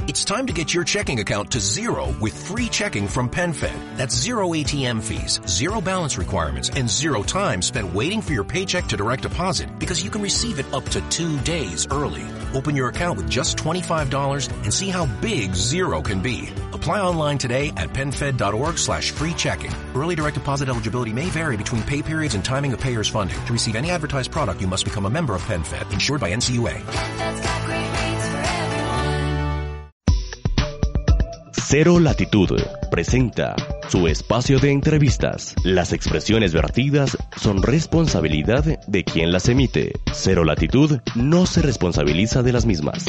It's time to get your checking account to zero with free checking from PenFed. That's zero ATM fees, zero balance requirements, and zero time spent waiting for your paycheck to direct deposit because you can receive it up to 2 days early. Open your account with just $25 and see how big zero can be. Apply online today at PenFed.org/free checking. Early direct deposit eligibility may vary between pay periods and timing of payers' funding. To receive any advertised product, you must become a member of PenFed, insured by NCUA. Cero Latitud presenta su espacio de entrevistas. Las expresiones vertidas son responsabilidad de quien las emite. Cero Latitud no se responsabiliza de las mismas.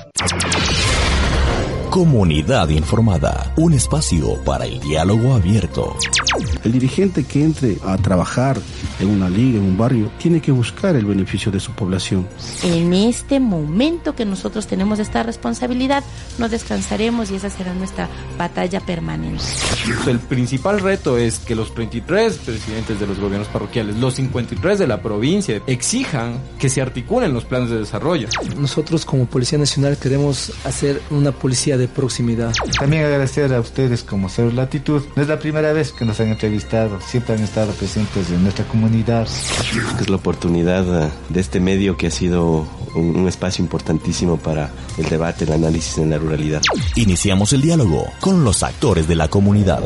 Comunidad informada, un espacio para el diálogo abierto. El dirigente que entre a trabajar en una liga, en un barrio, tiene que buscar el beneficio de su población. En este momento que nosotros tenemos esta responsabilidad, no descansaremos y esa será nuestra batalla permanente. El principal reto es que los 33 presidentes de los gobiernos parroquiales, los 53 de la provincia, exijan que se articulen los planes de desarrollo. Nosotros como Policía Nacional queremos hacer una policía de proximidad. También agradecer a ustedes como Cero Latitud. No es la primera vez que nos han entrevistado, siempre han estado presentes en nuestra comunidad. Es la oportunidad de este medio que ha sido un espacio importantísimo para el debate, el análisis en la ruralidad. Iniciamos el diálogo con los actores de la comunidad.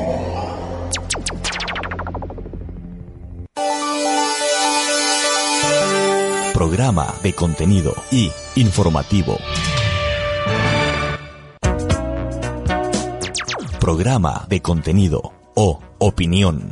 Programa de contenido y informativo. Programa de contenido o opinión.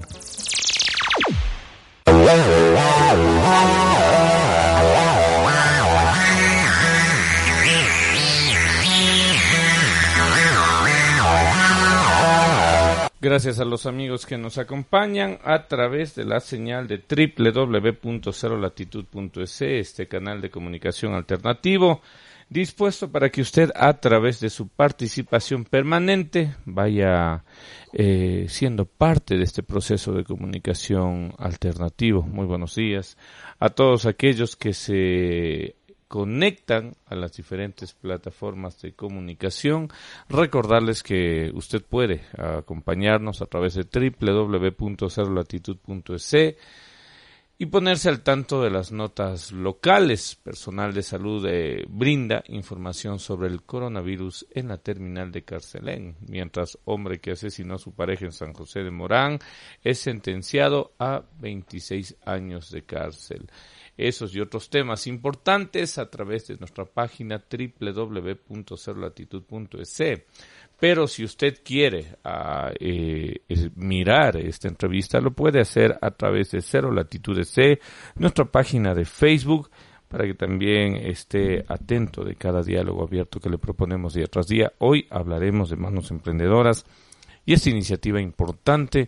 Gracias a los amigos que nos acompañan a través de la señal de www.cerolatitud.es, este canal de comunicación alternativo, dispuesto para que usted a través de su participación permanente vaya siendo parte de este proceso de comunicación alternativo. Muy buenos días a todos aquellos que se conectan a las diferentes plataformas de comunicación. Recordarles que usted puede acompañarnos a través de www.cerolatitud.es y ponerse al tanto de las notas locales. Personal de salud brinda información sobre el coronavirus en la terminal de Carcelén, mientras hombre que asesinó a su pareja en San José de Morán es sentenciado a 26 años de cárcel. Esos y otros temas importantes a través de nuestra página www.cerolatitud.es. Pero si usted quiere mirar esta entrevista, lo puede hacer a través de Cero Latitud EC, nuestra página de Facebook, para que también esté atento de cada diálogo abierto que le proponemos día tras día. Hoy hablaremos de manos emprendedoras y esta iniciativa importante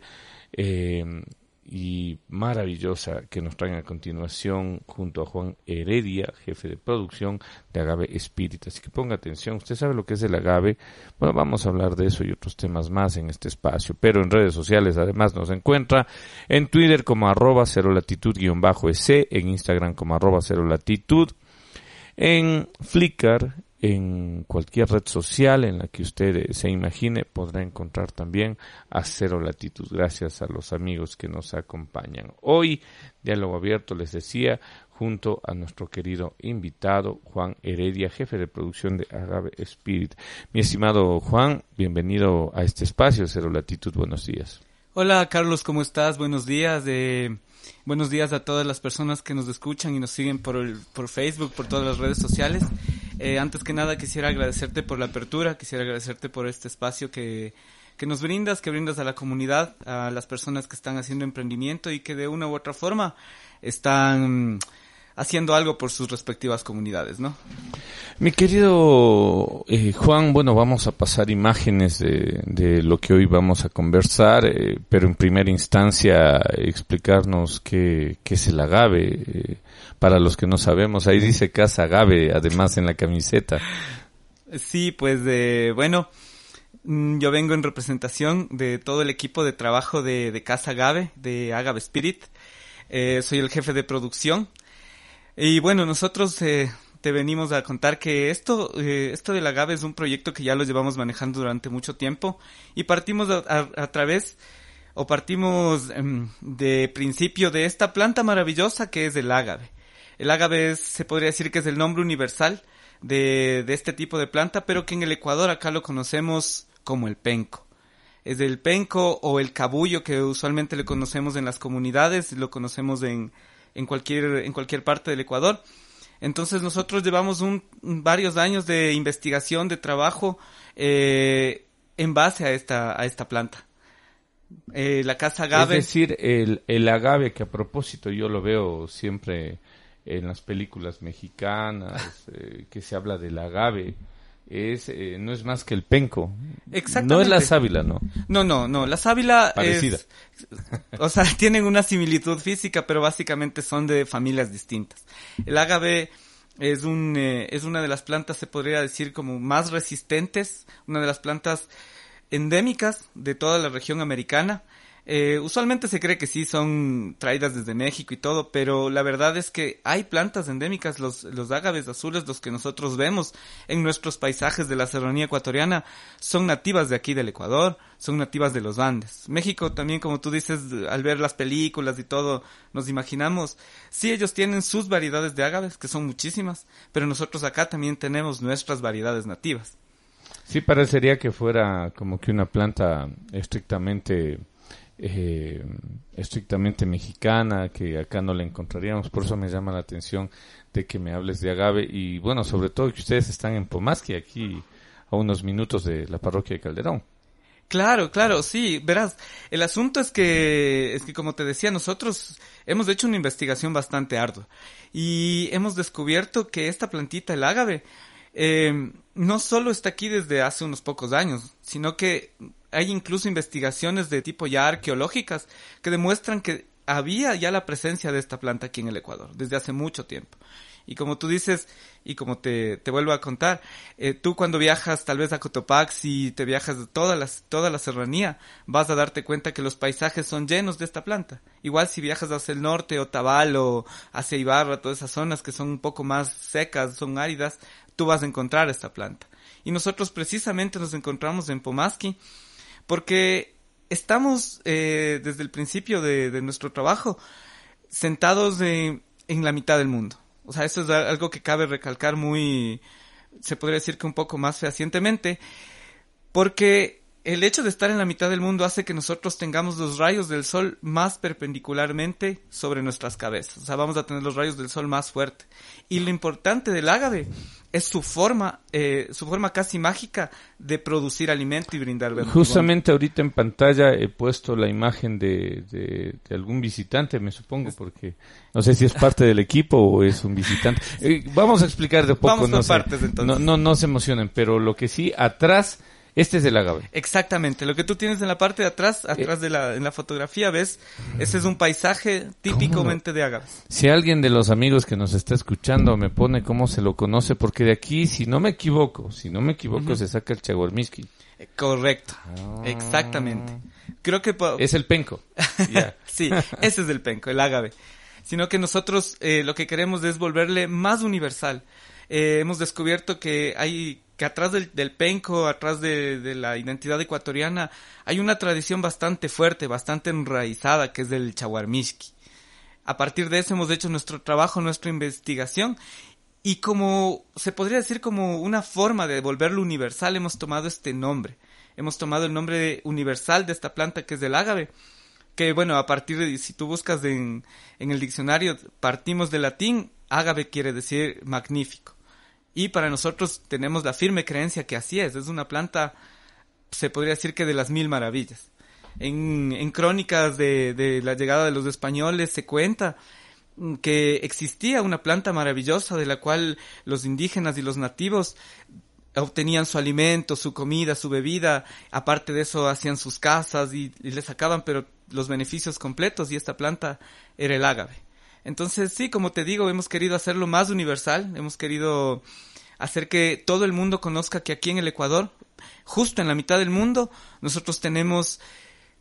y maravillosa que nos traen a continuación junto a Juan Heredia, jefe de producción de Agave Spirit. Así que ponga atención, usted sabe lo que es el agave. Bueno, vamos a hablar de eso y otros temas más en este espacio, pero en redes sociales además nos encuentra en Twitter como @cerolatitud_es, en Instagram como @cerolatitud, en Flickr, en cualquier red social en la que usted se imagine, podrá encontrar también a Cero Latitud. Gracias a los amigos que nos acompañan. Hoy, diálogo abierto, les decía, junto a nuestro querido invitado, Juan Heredia, jefe de producción de Agave Spirit. Mi estimado Juan, bienvenido a este espacio, Cero Latitud. Buenos días. Hola, Carlos, ¿cómo estás? Buenos días. Buenos días a todas las personas que nos escuchan y nos siguen por Facebook, por todas las redes sociales. Antes que nada quisiera agradecerte por la apertura, quisiera agradecerte por este espacio que nos brindas, que brindas a la comunidad, a las personas que están haciendo emprendimiento y que de una u otra forma están haciendo algo por sus respectivas comunidades, ¿no? Mi querido Juan, bueno, vamos a pasar imágenes de lo que hoy vamos a conversar, pero en primera instancia explicarnos qué es el agave. Para los que no sabemos, ahí dice Casa Agave, además en la camiseta. Sí, pues bueno, yo vengo en representación de todo el equipo de trabajo de Casa Agave, de Agave Spirit. Soy el jefe de producción. Y bueno, nosotros te venimos a contar que esto del agave es un proyecto que ya lo llevamos manejando durante mucho tiempo y partimos partimos de principio de esta planta maravillosa que es el ágave. El ágave se podría decir que es el nombre universal de este tipo de planta, pero que en el Ecuador acá lo conocemos como el penco. Es el penco o el cabullo que usualmente le conocemos en las comunidades, lo conocemos en cualquier parte del Ecuador. Entonces nosotros llevamos varios años de investigación, de trabajo en base a esta planta. La casa agave. Es decir, el agave, que a propósito yo lo veo siempre en las películas mexicanas, que se habla del agave, no es más que el penco. Exactamente. No es la sábila, ¿no? No, la sábila parecida. O sea, tienen una similitud física, pero básicamente son de familias distintas. El agave es una de las plantas, se podría decir, como más resistentes, una de las plantas endémicas de toda la región americana. Usualmente se cree que sí son traídas desde México y todo, pero la verdad es que hay plantas endémicas, los ágaves azules, los que nosotros vemos en nuestros paisajes de la serranía ecuatoriana, son nativas de aquí del Ecuador, son nativas de los Andes. México también, como tú dices, al ver las películas y todo, nos imaginamos, sí, ellos tienen sus variedades de ágaves, que son muchísimas, pero nosotros acá también tenemos nuestras variedades nativas. Sí, parecería que fuera como que una planta estrictamente mexicana, que acá no la encontraríamos. Por eso me llama la atención de que me hables de agave y bueno, sobre todo que ustedes están en Pomasqui, aquí a unos minutos de la parroquia de Calderón. Claro, sí, verás, el asunto es que como te decía, nosotros hemos hecho una investigación bastante ardua y hemos descubierto que esta plantita, el ágave, no solo está aquí desde hace unos pocos años, sino que hay incluso investigaciones de tipo ya arqueológicas que demuestran que había ya la presencia de esta planta aquí en el Ecuador desde hace mucho tiempo. Y como tú dices, y como te vuelvo a contar, tú cuando viajas tal vez a Cotopaxi, te viajas de toda la serranía, vas a darte cuenta que los paisajes son llenos de esta planta. Igual si viajas hacia el norte, Otavalo, o hacia Ibarra, todas esas zonas que son un poco más secas, son áridas, tú vas a encontrar esta planta. Y nosotros precisamente nos encontramos en Pomasqui porque estamos desde el principio de nuestro trabajo sentados en la mitad del mundo. O sea, eso es algo que cabe recalcar se podría decir que un poco más fehacientemente, porque el hecho de estar en la mitad del mundo hace que nosotros tengamos los rayos del sol más perpendicularmente sobre nuestras cabezas. O sea, vamos a tener los rayos del sol más fuerte. Y lo importante del ágave es su forma casi mágica de producir alimento y brindar verdugo. Justamente ahorita en pantalla he puesto la imagen de algún visitante, me supongo, porque no sé si es parte del equipo o es un visitante. Vamos a explicar de poco. Vamos por partes, entonces. No se emocionen, pero lo que sí, atrás, este es el agave. Exactamente, lo que tú tienes en la parte de atrás en la fotografía, ¿ves? Ese es un paisaje típicamente de agaves. Si alguien de los amigos que nos está escuchando me pone cómo se lo conoce, porque de aquí, si no me equivoco, uh-huh, se saca el chaguarmisqui. Correcto, exactamente. Creo que es el penco. Yeah. Sí, ese es el penco, el ágave. Sino que nosotros lo que queremos es volverle más universal. Hemos descubierto que atrás del penco, atrás de la identidad ecuatoriana, hay una tradición bastante fuerte, bastante enraizada, que es del chaguarmisqui. A partir de eso hemos hecho nuestro trabajo, nuestra investigación, y como se podría decir como una forma de volverlo universal, hemos tomado este nombre. Hemos tomado el nombre universal de esta planta, que es del ágave, que bueno, a partir de, si tú buscas en el diccionario, partimos del latín, ágave quiere decir magnífico. Y para nosotros tenemos la firme creencia que así es una planta, se podría decir que de las 1000 maravillas. En crónicas de la llegada de los españoles se cuenta que existía una planta maravillosa de la cual los indígenas y los nativos obtenían su alimento, su comida, su bebida, aparte de eso hacían sus casas y les sacaban pero los beneficios completos, y esta planta era el ágave. Entonces sí, como te digo, hemos querido hacerlo más universal, hemos querido hacer que todo el mundo conozca que aquí en el Ecuador, justo en la mitad del mundo, nosotros tenemos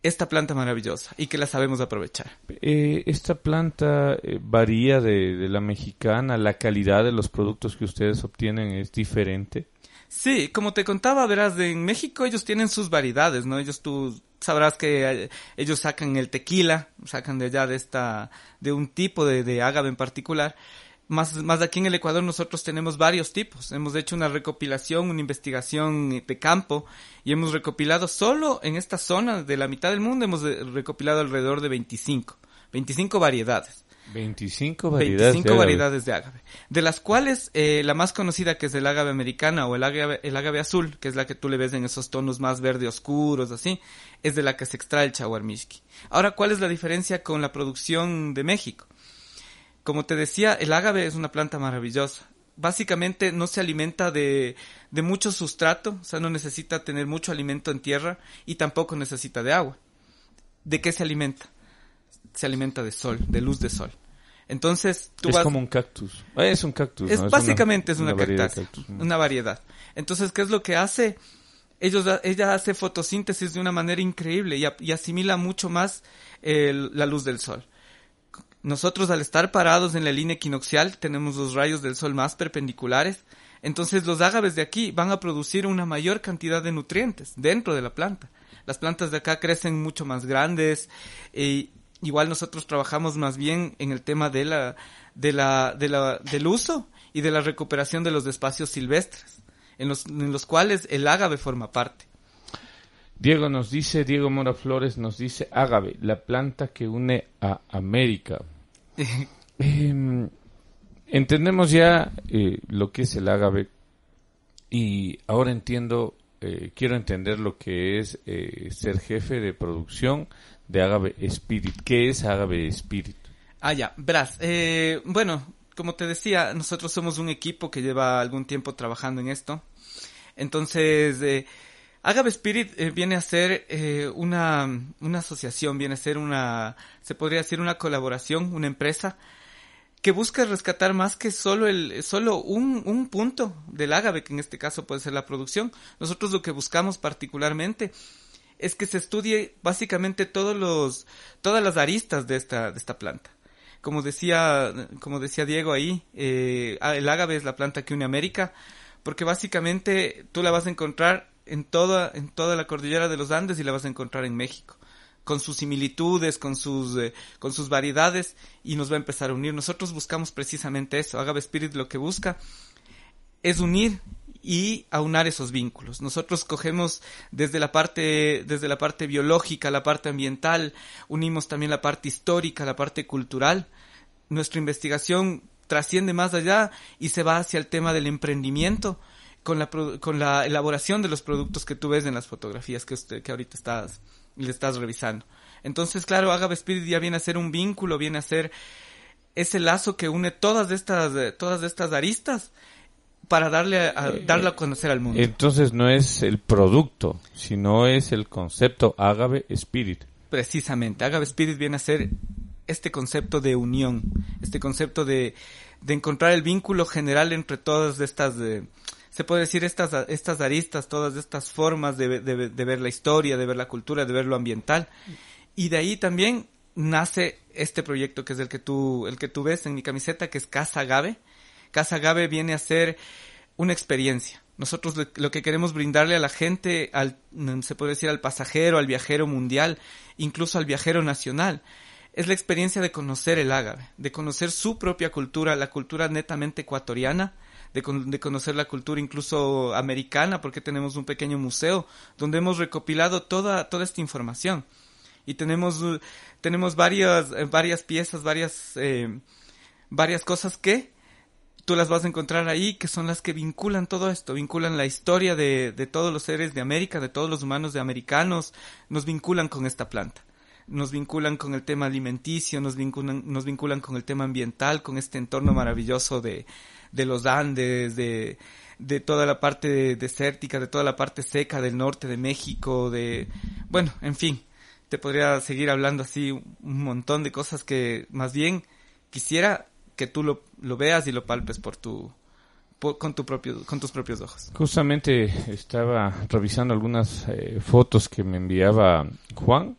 esta planta maravillosa y que la sabemos aprovechar. ¿Esta planta varía de la mexicana? ¿La calidad de los productos que ustedes obtienen es diferente? Sí, como te contaba, verás, en México ellos tienen sus variedades, ¿no? Tú sabrás que ellos sacan el tequila, sacan de allá de un tipo de ágave en particular. Más aquí en el Ecuador nosotros tenemos varios tipos. Hemos hecho una recopilación, una investigación de campo y hemos recopilado solo en esta zona de la mitad del mundo hemos recopilado alrededor de 25 variedades. 25 variedades de ágave. De las cuales la más conocida, que es el ágave americana o el ágave azul, que es la que tú le ves en esos tonos más verde oscuros, así, es de la que se extrae el chaguarmishki. Ahora, ¿cuál es la diferencia con la producción de México? Como te decía, el ágave es una planta maravillosa. Básicamente no se alimenta de mucho sustrato, o sea, no necesita tener mucho alimento en tierra y tampoco necesita de agua. ¿De qué se alimenta? Se alimenta de sol, de luz de sol. Entonces, como un cactus. Es un cactus, ¿no? Básicamente es una cactácea, una variedad. Entonces, ¿qué es lo que hace? Ella hace fotosíntesis de una manera increíble y asimila mucho más la luz del sol. Nosotros, al estar parados en la línea equinoccial, tenemos los rayos del sol más perpendiculares. Entonces, los ágaves de aquí van a producir una mayor cantidad de nutrientes dentro de la planta. Las plantas de acá crecen mucho más grandes. Igual nosotros trabajamos más bien en el tema del uso y de la recuperación de los espacios silvestres, en los cuales el ágave forma parte. Diego Mora Flores nos dice ágave, la planta que une a América. Entendemos ya lo que es el ágave y ahora quiero entender lo que es ser jefe de producción de Agave Spirit. ¿Qué es Agave Spirit? Ya, verás, bueno, como te decía, nosotros somos un equipo que lleva algún tiempo trabajando en esto. Entonces, Agave Spirit viene a ser una asociación, viene a ser se podría decir una colaboración, una empresa que busca rescatar más que solo un punto del ágave, que en este caso puede ser la producción. Nosotros lo que buscamos particularmente es que se estudie básicamente todas las aristas de esta planta. Como decía Diego ahí, el ágave es la planta que une América, porque básicamente tú la vas a encontrar en toda la cordillera de los Andes y la vas a encontrar en México, con sus similitudes, con sus variedades, y nos va a empezar a unir. Nosotros buscamos precisamente eso. Agave Spirit lo que busca es unir y aunar esos vínculos. Nosotros cogemos desde la parte biológica, la parte ambiental, unimos también la parte histórica, la parte cultural. Nuestra investigación trasciende más allá y se va hacia el tema del emprendimiento, con la elaboración de los productos que tú ves en las fotografías que ahorita le estás revisando. Entonces, claro, Agave Spirit ya viene a ser un vínculo, viene a ser ese lazo que une todas estas aristas para darle a conocer al mundo. Entonces no es el producto, sino es el concepto Agave Spirit. Precisamente, Agave Spirit viene a ser este concepto de unión, este concepto de encontrar el vínculo general entre todas estas se puede decir estas aristas, todas estas formas de ver la historia, de ver la cultura, de ver lo ambiental. Y de ahí también nace este proyecto que es el que tú ves en mi camiseta, que es Casa Agave. Casa Agave viene a ser una experiencia. Nosotros lo que queremos brindarle a la gente, se puede decir al pasajero, al viajero mundial, incluso al viajero nacional, es la experiencia de conocer el ágave, de conocer su propia cultura, la cultura netamente ecuatoriana, de conocer la cultura incluso americana, porque tenemos un pequeño museo donde hemos recopilado toda esta información. Y tenemos varias piezas, varias cosas que tú las vas a encontrar ahí, que son las que vinculan todo esto, vinculan la historia de todos los seres de América, de todos los humanos de americanos, nos vinculan con esta planta. Nos vinculan con el tema alimenticio, nos vinculan con el tema ambiental, con este entorno maravilloso de los Andes, de toda la parte desértica, de toda la parte seca del norte de México, bueno, en fin, te podría seguir hablando así un montón de cosas que más bien quisiera que tú lo veas y lo palpes con tus propios ojos. Justamente estaba revisando algunas fotos que me enviaba Juan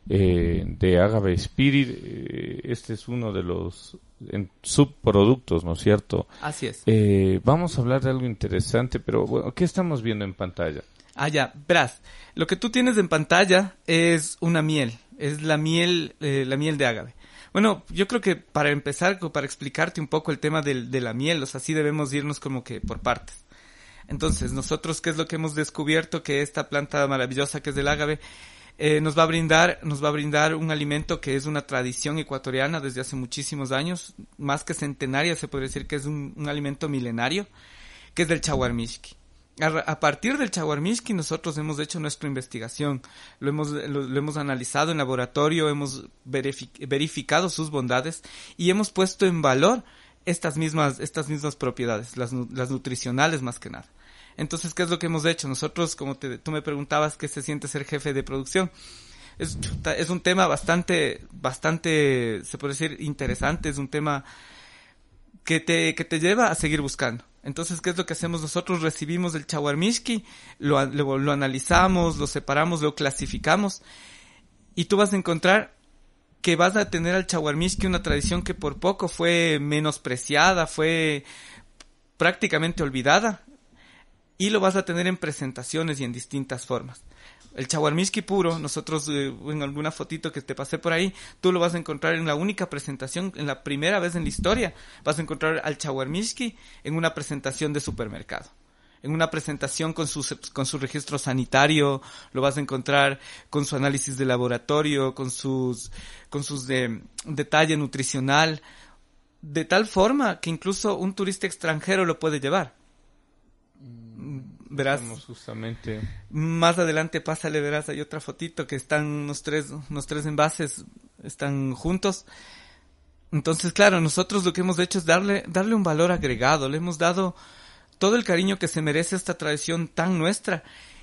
de Agave Spirit. Este es uno de los subproductos, ¿no es cierto? Así es. Vamos a hablar de algo interesante, pero bueno, ¿qué estamos viendo en pantalla? Ya, verás, lo que tú tienes en pantalla es una miel, es la miel de agave. Bueno, yo creo que para empezar, para explicarte un poco el tema de la miel, o sea, sí debemos irnos como que por partes. Entonces, nosotros, ¿qué es lo que hemos descubierto? Que esta planta maravillosa que es del agave nos va a brindar un alimento que es una tradición ecuatoriana desde hace muchísimos años, más que centenaria, se podría decir que es un alimento milenario, que es del chaguarmishki. A partir del chaguarmishki nosotros hemos hecho nuestra investigación, lo hemos analizado en laboratorio, hemos verificado sus bondades y hemos puesto en valor estas mismas propiedades, las nutricionales más que nada. Entonces, ¿qué es lo que hemos hecho? Nosotros, como tú me preguntabas qué se siente ser jefe de producción, es un tema bastante, se puede decir, interesante, es un tema que te lleva a seguir buscando. Entonces, ¿qué es lo que hacemos? Nosotros recibimos el chaguarmishki, lo analizamos, lo separamos, lo clasificamos, y tú vas a encontrar que vas a tener al chaguarmishki una tradición que por poco fue menospreciada, fue prácticamente olvidada, y lo vas a tener en presentaciones y en distintas formas. El chaguarmishki puro, nosotros en alguna fotito que te pasé por ahí, tú lo vas a encontrar en la única presentación, en la primera vez en la historia, vas a encontrar al chaguarmishki en una presentación de supermercado. En una presentación con su registro sanitario, lo vas a encontrar con su análisis de laboratorio, con sus detalle nutricional, de tal forma que incluso un turista extranjero lo puede llevar. Verás, justamente más adelante pásale, verás, hay otra fotito que están unos tres envases, están juntos. Entonces, claro, nosotros lo que hemos hecho es darle un valor agregado, le hemos dado todo el cariño que se merece esta tradición tan nuestra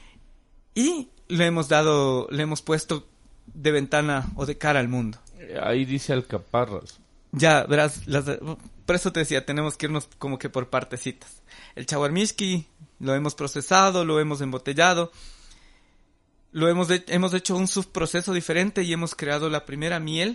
y le hemos puesto de ventana o de cara al mundo. Ahí dice alcaparras. Ya, verás, por eso te decía, tenemos que irnos como que por partecitas. El chaguarmishki lo hemos procesado, lo hemos embotellado, hemos hecho un subproceso diferente y hemos creado la primera miel.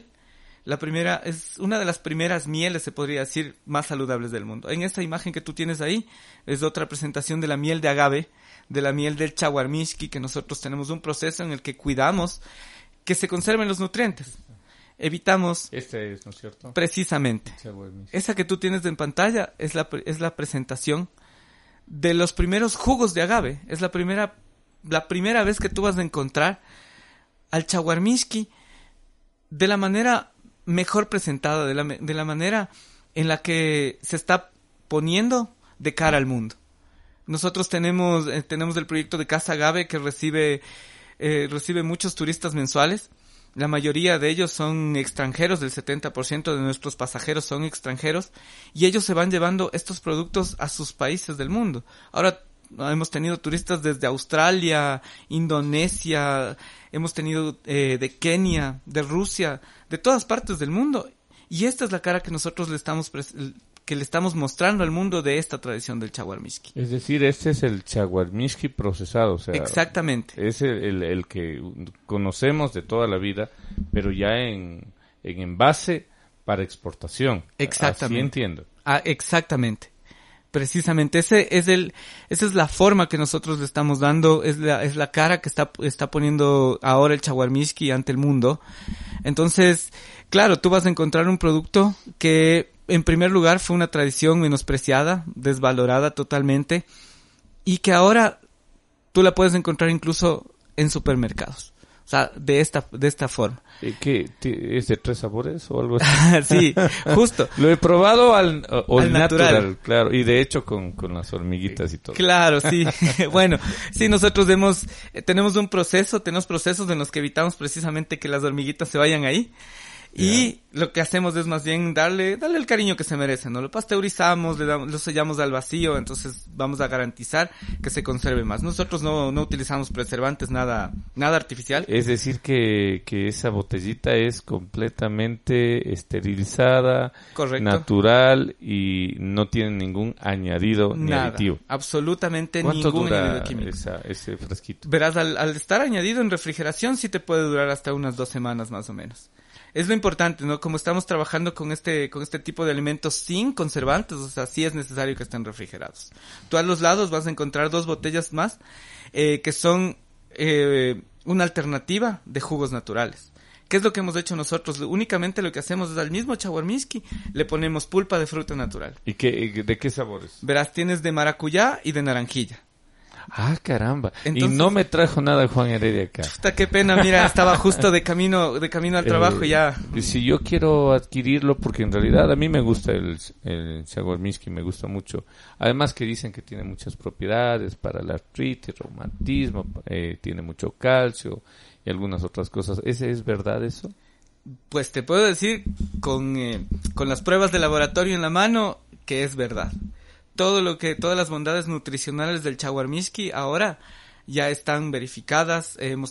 Es una de las primeras mieles, se podría decir, más saludables del mundo. En esta imagen que tú tienes ahí, es otra presentación de la miel de agave, de la miel del chaguarmishki, que nosotros tenemos un proceso en el que cuidamos que se conserven los nutrientes. Evitamos... Este es, ¿no es cierto? Precisamente. Esa que tú tienes en pantalla es la presentación de los primeros jugos de agave. Es la primera vez que tú vas a encontrar al chaguarmishki de la manera mejor presentada, de la manera en la que se está poniendo de cara al mundo. Nosotros tenemos el proyecto de Casa Agave que recibe muchos turistas mensuales. La mayoría de ellos son extranjeros, del 70% de nuestros pasajeros son extranjeros, y ellos se van llevando estos productos a sus países del mundo. Ahora hemos tenido turistas desde Australia, Indonesia, hemos tenido de Kenia, de Rusia, de todas partes del mundo, y esta es la cara que nosotros le estamos mostrando al mundo de esta tradición del chaguarmishki. Es decir, este es el chaguarmishki procesado, o sea, exactamente. Es el que conocemos de toda la vida, pero ya en envase para exportación. Exactamente. Así entiendo. Exactamente. Precisamente, esa es la forma que nosotros le estamos dando, es la cara que está poniendo ahora el chaguarmishki ante el mundo. Entonces, claro, tú vas a encontrar un producto que en primer lugar fue una tradición menospreciada, desvalorada totalmente, y que ahora tú la puedes encontrar incluso en supermercados. O sea, de esta forma. ¿Qué? ¿Es de 3 sabores o algo así? Sí, justo. Lo he probado al natural, claro. Y de hecho con las hormiguitas y todo. Claro, sí. Bueno, sí, nosotros tenemos procesos en los que evitamos precisamente que las hormiguitas se vayan ahí. Y lo que hacemos es más bien darle el cariño que se merece, ¿no? Lo pasteurizamos, lo sellamos al vacío, entonces vamos a garantizar que se conserve más. Nosotros no utilizamos preservantes, nada artificial. Es decir que esa botellita es completamente esterilizada, correcto, natural y no tiene ningún añadido ni aditivo. Absolutamente ¿Cuánto ningún dura añadido químico? Ese frasquito? Verás, al estar añadido en refrigeración sí te puede durar hasta unas 2 semanas más o menos. Es lo importante, ¿no? Como estamos trabajando con este tipo de alimentos sin conservantes, o sea, sí es necesario que estén refrigerados. Tú a los lados vas a encontrar 2 botellas más, que son una alternativa de jugos naturales. ¿Qué es lo que hemos hecho nosotros? Únicamente lo que hacemos es al mismo chaguarmiski le ponemos pulpa de fruta natural. ¿Y de qué sabores? Verás, tienes de maracuyá y de naranjilla. Ah, caramba. Entonces, y no me trajo nada Juan Heredia acá. Puta, qué pena, mira, estaba justo de camino al trabajo y ya. Si yo quiero adquirirlo, porque en realidad a mí me gusta el chaguarmiski, me gusta mucho. Además que dicen que tiene muchas propiedades para la artritis, reumatismo, tiene mucho calcio y algunas otras cosas. ¿Es verdad eso? Pues te puedo decir con las pruebas de laboratorio en la mano que es verdad. Todas las bondades nutricionales del chaguarmiski ahora ya están verificadas. Hemos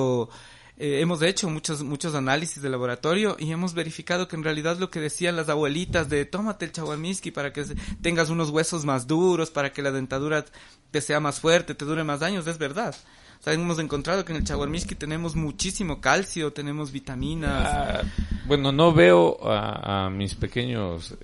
hecho muchos análisis de laboratorio y hemos verificado que en realidad lo que decían las abuelitas de tómate el chaguarmiski para que tengas unos huesos más duros, para que la dentadura te sea más fuerte, te dure más años, es verdad. O sea, hemos encontrado que en el chaguarmiski tenemos muchísimo calcio, tenemos vitaminas. Bueno, no veo a mis pequeños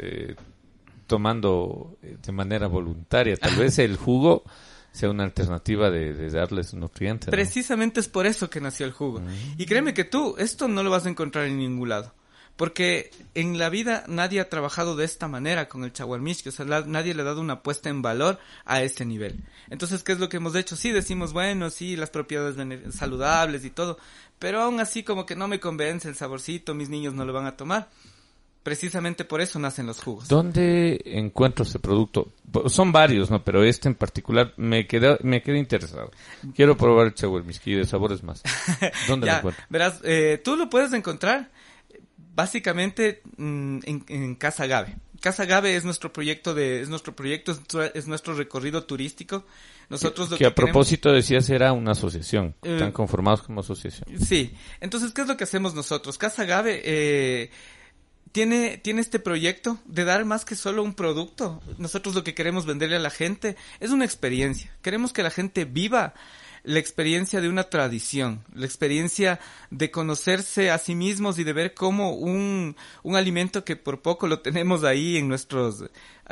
tomando de manera voluntaria. Tal vez el jugo sea una alternativa de darles nutrientes, ¿no? Precisamente es por eso que nació el jugo. Y créeme que tú, esto no lo vas a encontrar en ningún lado. Porque en la vida nadie ha trabajado de esta manera con el chaguarmiski. O sea, nadie le ha dado una puesta en valor a este nivel. Entonces, ¿qué es lo que hemos hecho? Sí, decimos, bueno, sí, las propiedades saludables y todo. Pero aún así como que no me convence el saborcito, mis niños no lo van a tomar. Precisamente por eso nacen los jugos. ¿Dónde encuentro este producto? Son varios, ¿no? Pero este en particular me quedé interesado. Quiero probar el chaguarmiski de sabores más. ¿Dónde lo encuentro? Verás, tú lo puedes encontrar básicamente en Casa Agave. Casa Agave es nuestro proyecto, es nuestro recorrido turístico. Nosotros que a propósito decías era una asociación, están conformados como asociación. Sí. Entonces, ¿qué es lo que hacemos nosotros? Casa Agave tiene este proyecto de dar más que solo un producto. Nosotros lo que queremos venderle a la gente es una experiencia. Queremos que la gente viva la experiencia de una tradición, la experiencia de conocerse a sí mismos y de ver cómo un alimento que por poco lo tenemos ahí en nuestros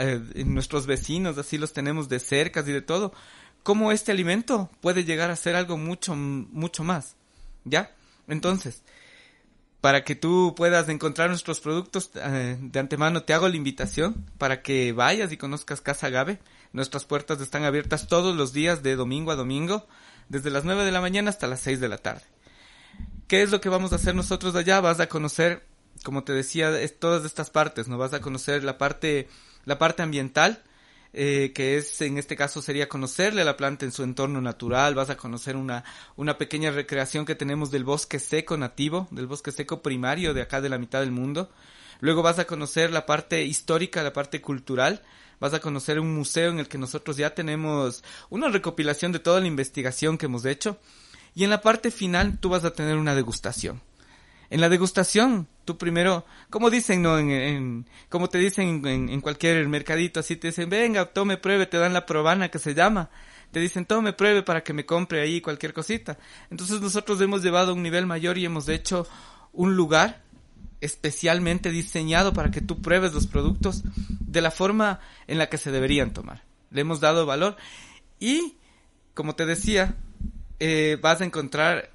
vecinos, así los tenemos de cerca y de todo, cómo este alimento puede llegar a ser algo mucho, mucho más, ¿ya? Entonces, para que tú puedas encontrar nuestros productos, de antemano te hago la invitación para que vayas y conozcas Casa Agave. Nuestras puertas están abiertas todos los días de domingo a domingo, desde las 9 de la mañana hasta las 6 de la tarde. ¿Qué es lo que vamos a hacer nosotros allá? Vas a conocer, como te decía, todas estas partes, ¿no? Vas a conocer la parte ambiental, que es, en este caso sería conocerle a la planta en su entorno natural. Vas a conocer una pequeña recreación que tenemos del bosque seco nativo, del bosque seco primario de acá de la mitad del mundo. Luego vas a conocer la parte histórica, la parte cultural. Vas a conocer un museo en el que nosotros ya tenemos una recopilación de toda la investigación que hemos hecho. Y en la parte final tú vas a tener una degustación. En la degustación, tú primero, como dicen, ¿no? Como te dicen en cualquier mercadito, así te dicen, venga, tome, pruebe, te dan la probana que se llama. Te dicen, tome, pruebe para que me compre ahí cualquier cosita. Entonces nosotros hemos llevado a un nivel mayor y hemos hecho un lugar especialmente diseñado para que tú pruebes los productos de la forma en la que se deberían tomar. Le hemos dado valor y, como te decía, vas a encontrar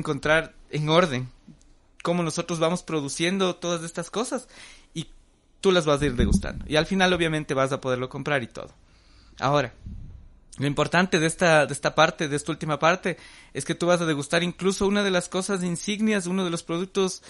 en orden cómo nosotros vamos produciendo todas estas cosas y tú las vas a ir degustando. Y al final obviamente vas a poderlo comprar y todo. Ahora, lo importante de esta última parte, es que tú vas a degustar incluso una de las cosas insignias, uno de los productos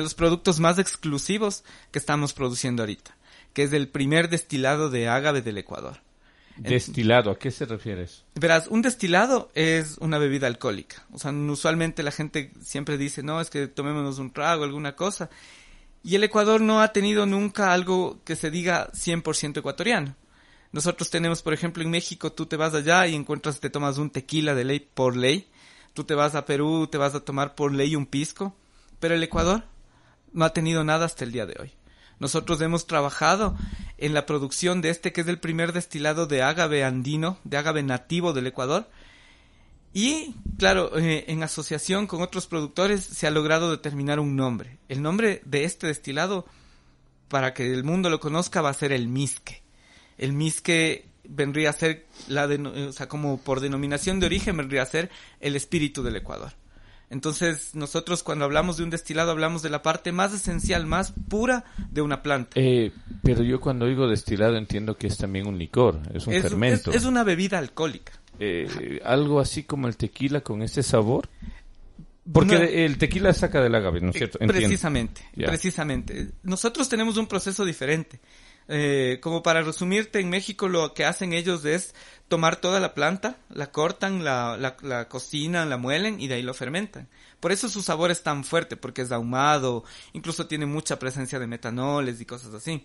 más exclusivos que estamos produciendo ahorita, que es el primer destilado de ágave del Ecuador. ¿Destilado? ¿A qué se refiere eso? Verás, un destilado es una bebida alcohólica. O sea, usualmente la gente siempre dice, no, es que tomémonos un trago, alguna cosa. Y el Ecuador no ha tenido nunca algo que se diga 100% ecuatoriano. Nosotros tenemos, por ejemplo, en México, tú te vas allá y te tomas un tequila de ley por ley. Tú te vas a Perú, te vas a tomar por ley un pisco. Pero el Ecuador no ha tenido nada hasta el día de hoy. Nosotros hemos trabajado en la producción de que es el primer destilado de ágave andino, de ágave nativo del Ecuador. Y, claro, en asociación con otros productores se ha logrado determinar un nombre. El nombre de este destilado, para que el mundo lo conozca, va a ser el misque. El misque vendría a ser, como por denominación de origen, vendría a ser el espíritu del Ecuador. Entonces, nosotros cuando hablamos de un destilado, hablamos de la parte más esencial, más pura de una planta. Pero yo cuando digo destilado entiendo que es también un licor, es un fermento. Es una bebida alcohólica. Algo así como el tequila con ese sabor. Porque el tequila saca del agave, ¿no es cierto? Precisamente. Nosotros tenemos un proceso diferente. Como para resumirte, en México lo que hacen ellos es tomar toda la planta, la cortan, la cocinan, la muelen y de ahí lo fermentan. Por eso su sabor es tan fuerte, porque es ahumado, incluso tiene mucha presencia de metanoles y cosas así.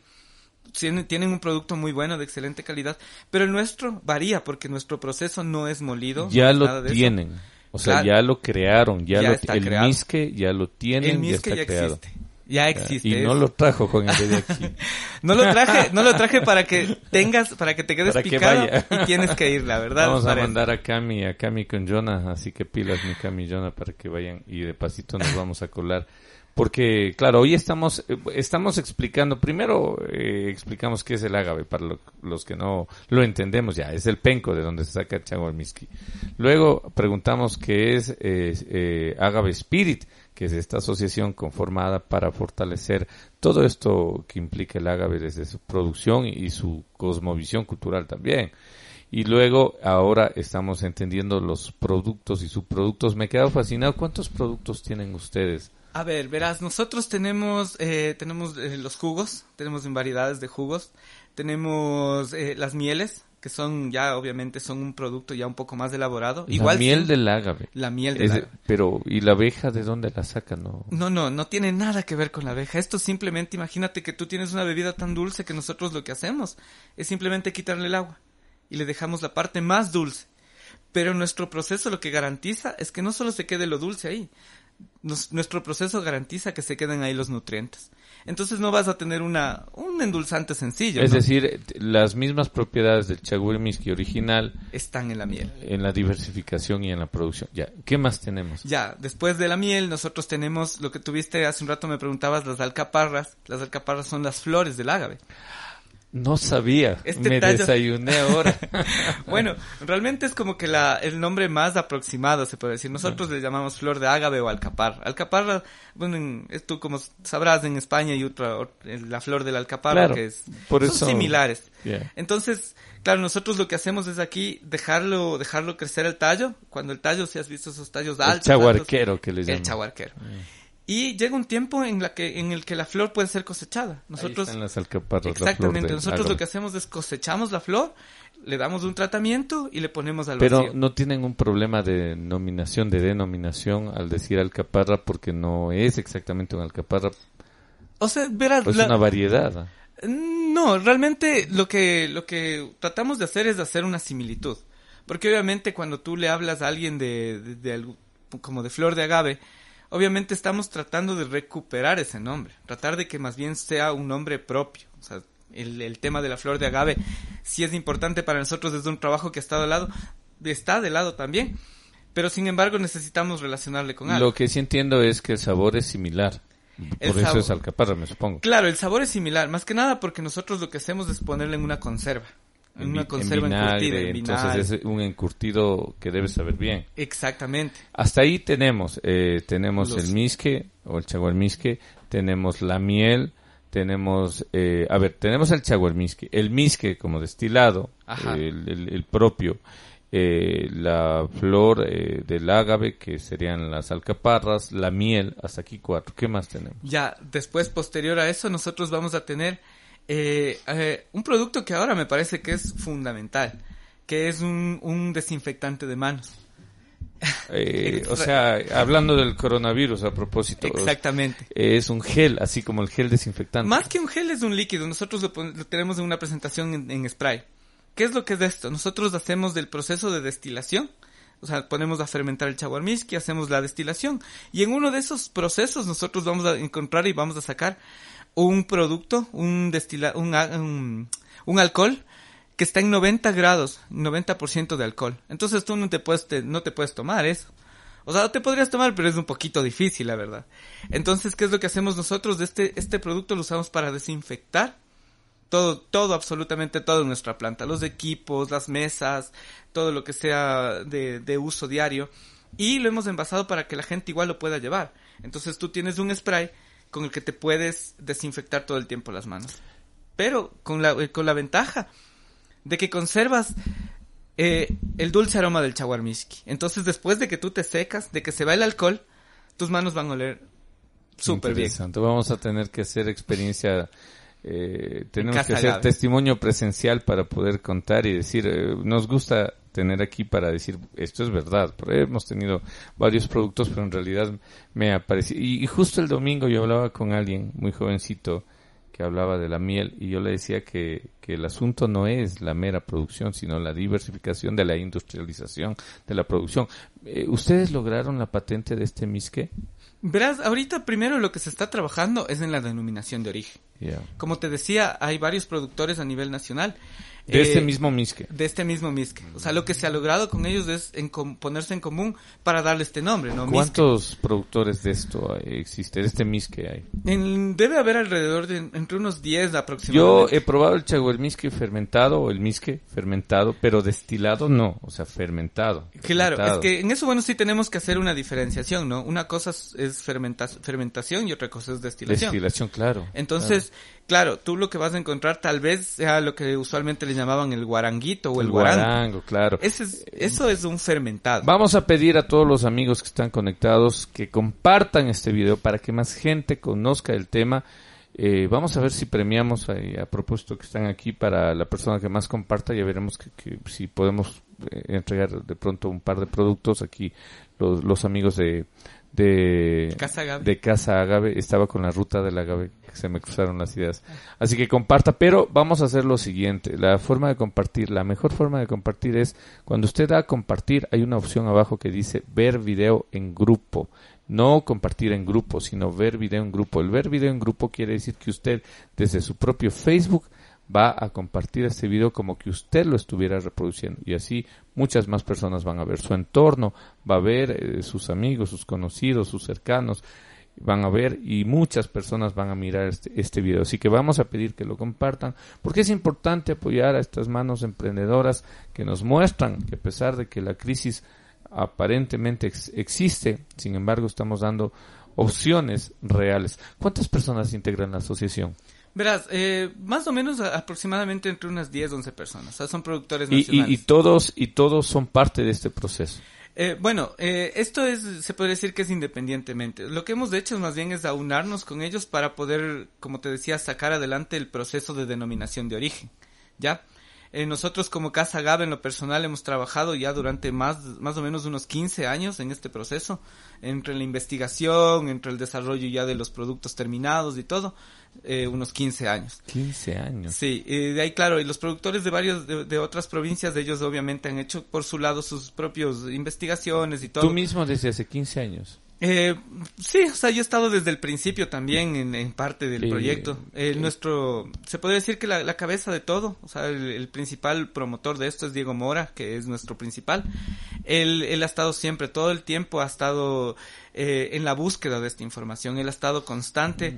Tienen un producto muy bueno, de excelente calidad, pero el nuestro varía porque nuestro proceso no es molido. Ya lo tienen, o sea, ya lo crearon, el misque ya lo tienen, el misque ya está creado. Ya existe. Y no lo trajo con el de aquí. no lo traje para que te quedes picado y tienes que ir, la verdad. Vamos a mandar a Cami con Jonah, así que pilas mi Cami y Jonah para que vayan y de pasito nos vamos a colar. Porque, claro, hoy estamos explicando, primero explicamos qué es el ágave, para los que no lo entendemos ya, es el penco de donde se saca el chaguarmisqui. Luego preguntamos qué es Agave Spirit, que es esta asociación conformada para fortalecer todo esto que implica el ágave desde su producción y su cosmovisión cultural también. Y luego, ahora estamos entendiendo los productos y subproductos. Me he quedado fascinado. ¿Cuántos productos tienen ustedes? A ver, verás, nosotros tenemos los jugos, tenemos en variedades de jugos, tenemos las mieles, que son ya, obviamente, son un producto ya un poco más elaborado. La miel del ágave. La miel del ágave. Pero, ¿y la abeja de dónde la sacan? No tiene nada que ver con la abeja. Esto simplemente, imagínate que tú tienes una bebida tan dulce que nosotros lo que hacemos es simplemente quitarle el agua y le dejamos la parte más dulce. Pero nuestro proceso lo que garantiza es que no solo se quede lo dulce ahí, nuestro proceso garantiza que se queden ahí los nutrientes. Entonces no vas a tener un endulzante sencillo. Es decir, las mismas propiedades del chaguarmisqui original están en la miel. En la diversificación y en la producción. Ya, ¿qué más tenemos? Ya, después de la miel nosotros tenemos lo que tuviste hace un rato, me preguntabas, las alcaparras. Las alcaparras son las flores del ágave. No sabía, desayuné ahora. Bueno, realmente es como que el nombre más aproximado, se puede decir. Nosotros le llamamos flor de ágave o alcaparra. Alcaparra, bueno, tú como sabrás, en España hay la flor de la alcaparra, claro, son similares. Yeah. Entonces, claro, nosotros lo que hacemos es aquí dejarlo crecer el tallo. Cuando el tallo, si has visto esos tallos altos. El chaguarquero que le llaman. El chaguarquero. Y llega un tiempo en el que la flor puede ser cosechada. Nosotros, ahí están las alcaparras. Exactamente. Nosotros lo que hacemos es cosechamos la flor, le damos un tratamiento y le ponemos al vacío. Pero no tienen un problema de denominación al decir alcaparra, porque no es exactamente una alcaparra. O sea, verás, es una variedad. No, realmente lo que tratamos de hacer es hacer una similitud. Porque obviamente cuando tú le hablas a alguien como de flor de agave, obviamente estamos tratando de recuperar ese nombre, tratar de que más bien sea un nombre propio. O sea, el tema de la flor de agave sí es importante para nosotros desde un trabajo que está de lado también, pero sin embargo necesitamos relacionarle con algo. Lo que sí entiendo es que el sabor es similar. Por eso es alcaparra, me supongo. Claro, el sabor es similar, más que nada porque nosotros lo que hacemos es ponerle en una conserva. En una conserva encurtida, en vinagre. Entonces es un encurtido que debe saber bien. Exactamente. Hasta ahí tenemos el misque o el chaguarmisqui, tenemos la miel, tenemos el chaguarmisqui, el misque como destilado, el propio, la flor del ágave, que serían las alcaparras, la miel, hasta aquí 4. ¿Qué más tenemos? Ya, después, posterior a eso, nosotros vamos a tener un producto que ahora me parece que es fundamental, que es un desinfectante de manos. O sea, hablando del coronavirus a propósito. Exactamente. Es un gel, así como el gel desinfectante. Más que un gel es un líquido. Nosotros lo tenemos en una presentación en spray. ¿Qué es lo que es esto? Nosotros hacemos del proceso de destilación. O sea, ponemos a fermentar el chaguar miski, hacemos la destilación. Y en uno de esos procesos nosotros vamos a encontrar y vamos a sacar un producto, un alcohol que está en 90 grados, 90% de alcohol. Entonces tú no te puedes tomar eso. O sea, te podrías tomar, pero es un poquito difícil, la verdad. Entonces, ¿qué es lo que hacemos nosotros? Este producto lo usamos para desinfectar todo, absolutamente todo en nuestra planta. Los equipos, las mesas, todo lo que sea de uso diario. Y lo hemos envasado para que la gente igual lo pueda llevar. Entonces tú tienes un spray con el que te puedes desinfectar todo el tiempo las manos. Pero con la ventaja de que conservas el dulce aroma del chaguar miski. Entonces después de que tú te secas, de que se va el alcohol, tus manos van a oler súper bien. Vamos a tener que hacer experiencia, tenemos que hacer testimonio presencial para poder contar y decir, nos gusta tener aquí para decir, esto es verdad, porque hemos tenido varios productos, pero en realidad me apareció, y justo el domingo yo hablaba con alguien muy jovencito, que hablaba de la miel, y yo le decía que el asunto no es la mera producción, sino la diversificación de la industrialización de la producción. ¿Ustedes lograron la patente de este misque? Verás, ahorita primero lo que se está trabajando es en la denominación de origen. Yeah. Como te decía, hay varios productores a nivel nacional. De este mismo misque. De este mismo misque. O sea, lo que se ha logrado con ellos es ponerse en común para darle este nombre, ¿no? ¿Cuántos misque. Productores de esto existen? De este misque hay. Debe haber alrededor de entre unos 10 aproximadamente. Yo he probado el chaguar misque fermentado o el misque fermentado, pero destilado no, o sea, fermentado. Claro, es que en eso, bueno, sí tenemos que hacer una diferenciación, ¿no? Una cosa es fermentación y otra cosa es destilación. Destilación, claro. Entonces, claro, tú lo que vas a encontrar tal vez sea lo que usualmente le llamaban el guaranguito o el guarango, claro. Eso es un fermentado. Vamos a pedir a todos los amigos que están conectados que compartan este video para que más gente conozca el tema. Vamos a ver si premiamos a propósito que están aquí para la persona que más comparta. Ya veremos que si podemos entregar de pronto un par de productos aquí. Los amigos de Casa Agave, estaba con la ruta del agave, que se me cruzaron las ideas. Así que comparta, pero vamos a hacer lo siguiente. La mejor forma de compartir es, cuando usted da a compartir, hay una opción abajo que dice ver video en grupo. No compartir en grupo, sino ver video en grupo. El ver video en grupo quiere decir que usted, desde su propio Facebook, va a compartir este video como que usted lo estuviera reproduciendo, y así muchas más personas van a ver, su entorno va a ver, sus amigos, sus conocidos, sus cercanos van a ver, y muchas personas van a mirar este video. Así que vamos a pedir que lo compartan, porque es importante apoyar a estas manos emprendedoras que nos muestran que a pesar de que la crisis aparentemente existe, sin embargo estamos dando opciones reales. ¿Cuántas personas integran la asociación? Verás, más o menos aproximadamente entre unas 10, 11 personas. O sea, son productores nacionales. Y todos son parte de este proceso. Esto se podría decir que es independientemente. Lo que hemos hecho más bien es aunarnos con ellos para poder, como te decía, sacar adelante el proceso de denominación de origen. ¿Ya? Nosotros como Casa Agave en lo personal hemos trabajado ya durante más o menos unos 15 años en este proceso, entre la investigación, entre el desarrollo ya de los productos terminados y todo, unos 15 años. 15 años. Sí, de ahí claro, y los productores de otras provincias, ellos obviamente han hecho por su lado sus propias investigaciones y todo. ¿Tú mismo desde hace 15 años? Sí, o sea, yo he estado desde el principio también en parte del proyecto. Se podría decir que la cabeza de todo, o sea, el principal promotor de esto es Diego Mora, que es nuestro principal. Él ha estado siempre, todo el tiempo ha estado en la búsqueda de esta información, él ha estado constante.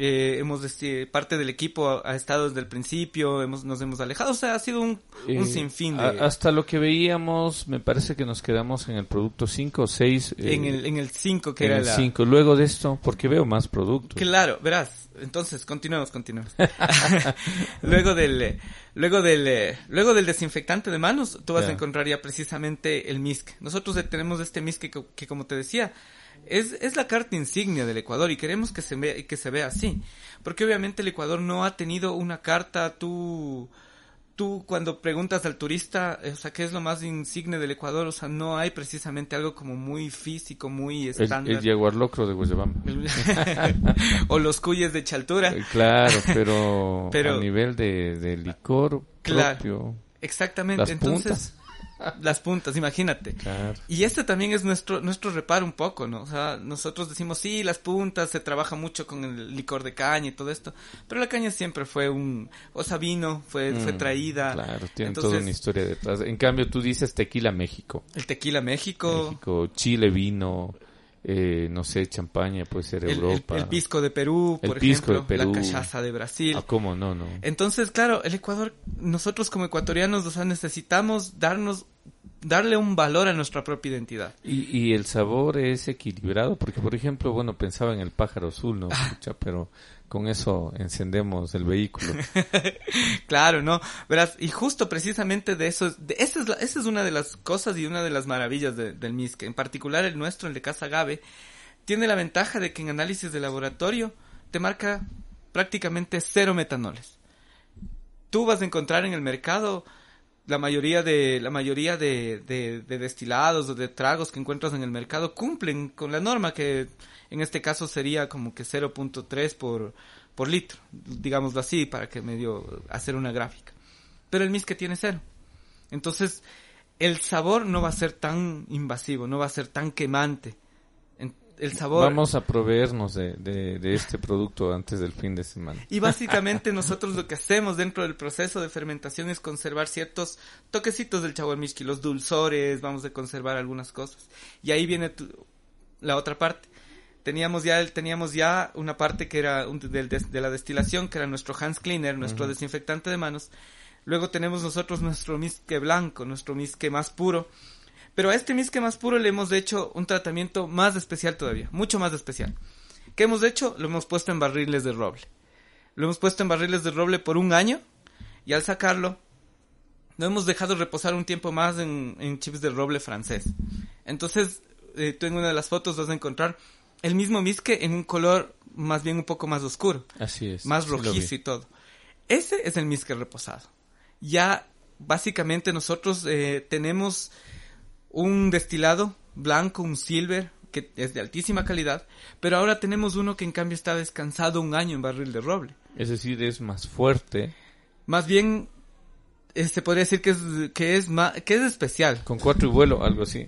Parte del equipo ha estado desde el principio, nos hemos alejado, o sea, ha sido un sinfín de... Hasta lo que veíamos, me parece que nos quedamos en el producto 5 o 6. En el 5 que era el 5, luego de esto, porque veo más productos. Claro, verás, entonces, continuemos. luego del desinfectante de manos, tú vas a encontrar ya precisamente el misque. Nosotros tenemos este misque que como te decía, es la carta insignia del Ecuador y queremos que se vea así, porque obviamente el Ecuador no ha tenido una carta, tú tú cuando preguntas al turista, o sea, ¿qué es lo más insigne del Ecuador? O sea, no hay precisamente algo como muy físico, muy estándar. El jaguar locro de Guayabamba. O los cuyes de Chaltura. Claro, pero a nivel de licor propio. Exactamente. Las puntas. Las puntas, imagínate. Claro. Y este también es nuestro reparo un poco, ¿no? O sea, nosotros decimos, sí, las puntas, se trabaja mucho con el licor de caña y todo esto, pero la caña siempre fue vino, fue traída. Claro, tiene toda una historia detrás. En cambio, tú dices tequila México. El tequila México. Chile vino, no sé, champaña, puede ser Europa. El pisco de Perú, por ejemplo, la cachaza de Brasil. Ah, ¿cómo no? Entonces, claro, el Ecuador, nosotros como ecuatorianos, o sea, necesitamos darle un valor a nuestra propia identidad. Y el sabor es equilibrado, porque por ejemplo, bueno, pensaba en el pájaro azul, ¿no? Escucha, pero con eso encendemos el vehículo. Claro, ¿no? Verás, y justo precisamente de eso, esa es una de las cosas y una de las maravillas del MISC. En particular el nuestro, el de Casa Agave, tiene la ventaja de que en análisis de laboratorio te marca prácticamente 0 metanoles. Tú vas a encontrar en el mercado la mayoría de destilados o de tragos que encuentras en el mercado cumplen con la norma, que en este caso sería como que 0.3 por litro, digámoslo así, para que medio hacer una gráfica. Pero el MISC tiene 0. Entonces, el sabor no va a ser tan invasivo, no va a ser tan quemante. El sabor... Vamos a proveernos de este producto antes del fin de semana. Y básicamente nosotros lo que hacemos dentro del proceso de fermentación es conservar ciertos toquecitos del chaguarmishki, los dulzores, vamos a conservar algunas cosas. Y ahí viene la otra parte. Teníamos ya una parte que era de la destilación, que era nuestro hand cleaner, nuestro desinfectante de manos. Luego tenemos nosotros nuestro misque blanco, nuestro misque más puro. Pero a este misque más puro le hemos hecho un tratamiento más especial todavía, mucho más especial. ¿Qué hemos hecho? Lo hemos puesto en barriles de roble. Lo hemos puesto en barriles de roble por 1 año y al sacarlo lo hemos dejado reposar un tiempo más en chips de roble francés. Entonces, tú en una de las fotos vas a encontrar el mismo misque en un color más bien un poco más oscuro. Así es. Más rojizo y todo. Ese es el misque reposado. Ya básicamente nosotros tenemos un destilado blanco, un silver, que es de altísima calidad, pero ahora tenemos uno que en cambio está descansado 1 año en barril de roble. Es decir, es más fuerte. Más bien, se podría decir que es especial. Con 4 y vuelo, algo así.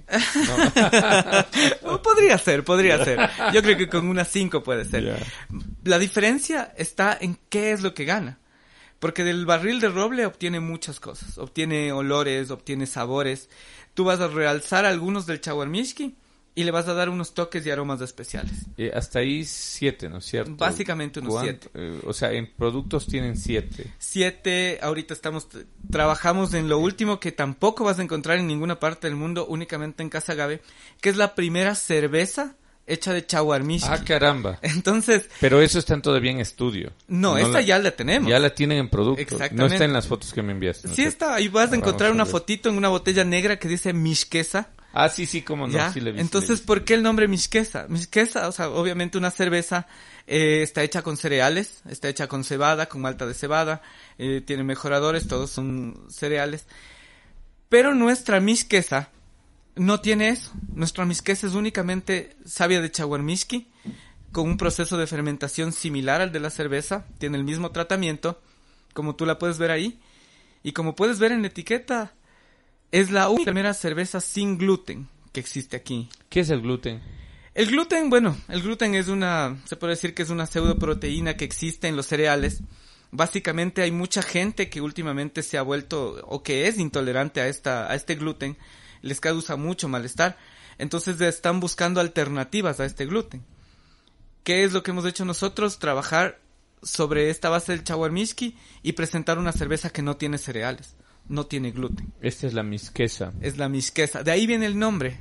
No. Podría ser. Yo creo que con unas 5 puede ser. Yeah. La diferencia está en qué es lo que gana. Porque del barril de roble obtiene muchas cosas. Obtiene olores, obtiene sabores. Tú vas a realzar algunos del chaguarmishki y le vas a dar unos toques y aromas especiales. Hasta ahí 7, ¿no es cierto? Básicamente unos 7. O sea, en productos tienen 7. 7, ahorita trabajamos en lo último que tampoco vas a encontrar en ninguna parte del mundo, únicamente en Casa Agave, que es la primera cerveza hecha de chaguarmishki. Ah, caramba. Entonces... Pero eso está todavía en estudio. No, esta ya la tenemos. Ya la tienen en producto. Exactamente. No está en las fotos que me enviaste. Sí está, ahí vas a encontrar una fotito en una botella negra que dice Mishkesa. Ah, sí, cómo no. ¿Ya? Sí le vi, entonces, ¿por qué el nombre Mishkesa? Mishkesa, o sea, obviamente una cerveza está hecha con cereales, está hecha con cebada, con malta de cebada, tiene mejoradores, todos son cereales. Pero nuestra Mishkesa no tiene eso. Nuestra Mishkesa es únicamente savia de chaguarmishki, con un proceso de fermentación similar al de la cerveza, tiene el mismo tratamiento, como tú la puedes ver ahí, y como puedes ver en la etiqueta, es la única primera cerveza sin gluten que existe aquí. ¿Qué es el gluten? El gluten es se puede decir que es una pseudoproteína que existe en los cereales. Básicamente hay mucha gente que últimamente se ha vuelto, o que es intolerante a este gluten, les causa mucho malestar. Entonces están buscando alternativas a este gluten. ¿Qué es lo que hemos hecho nosotros? Trabajar sobre esta base del chaguarmishki y presentar una cerveza que no tiene cereales, no tiene gluten. Esta es la Mishkesa. Es la Mishkesa. De ahí viene el nombre.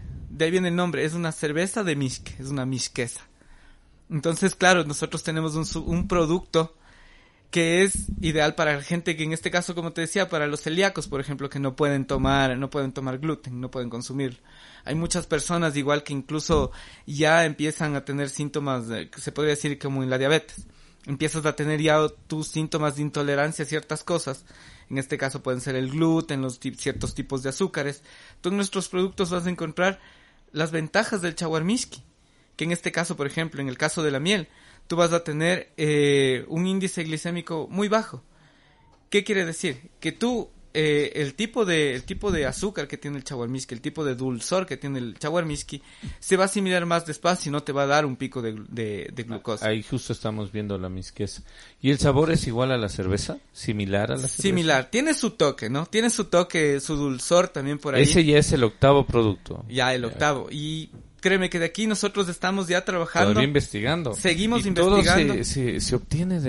Es una cerveza de mishke, es una Mishkesa. Entonces, claro, nosotros tenemos un producto que es ideal para la gente que en este caso, como te decía, para los celíacos, por ejemplo, que no pueden tomar gluten, no pueden consumir. Hay muchas personas igual que incluso ya empiezan a tener síntomas, que se podría decir como en la diabetes. Empiezas a tener ya tus síntomas de intolerancia a ciertas cosas. en este caso pueden ser el gluten, ciertos tipos de azúcares. Tú en nuestros productos vas a encontrar las ventajas del chaguarmishki, que en este caso, por ejemplo, en el caso de la miel, tú vas a tener un índice glicémico muy bajo. ¿Qué quiere decir? Que tú el tipo de azúcar que tiene el chaguarmishki, el tipo de dulzor que tiene el chaguarmishki, se va a asimilar más despacio y no te va a dar un pico de glucosa. Ahí justo estamos viendo la misquesa. ¿Y el sabor es igual a la cerveza? ¿Similar a la cerveza? Similar. Tiene su toque, ¿no? Tiene su toque, su dulzor también por ahí. Ese ya es el octavo producto. Ya, el octavo. Y créeme que de aquí nosotros estamos ya trabajando. Todavía investigando. Seguimos y investigando. Todo se obtiene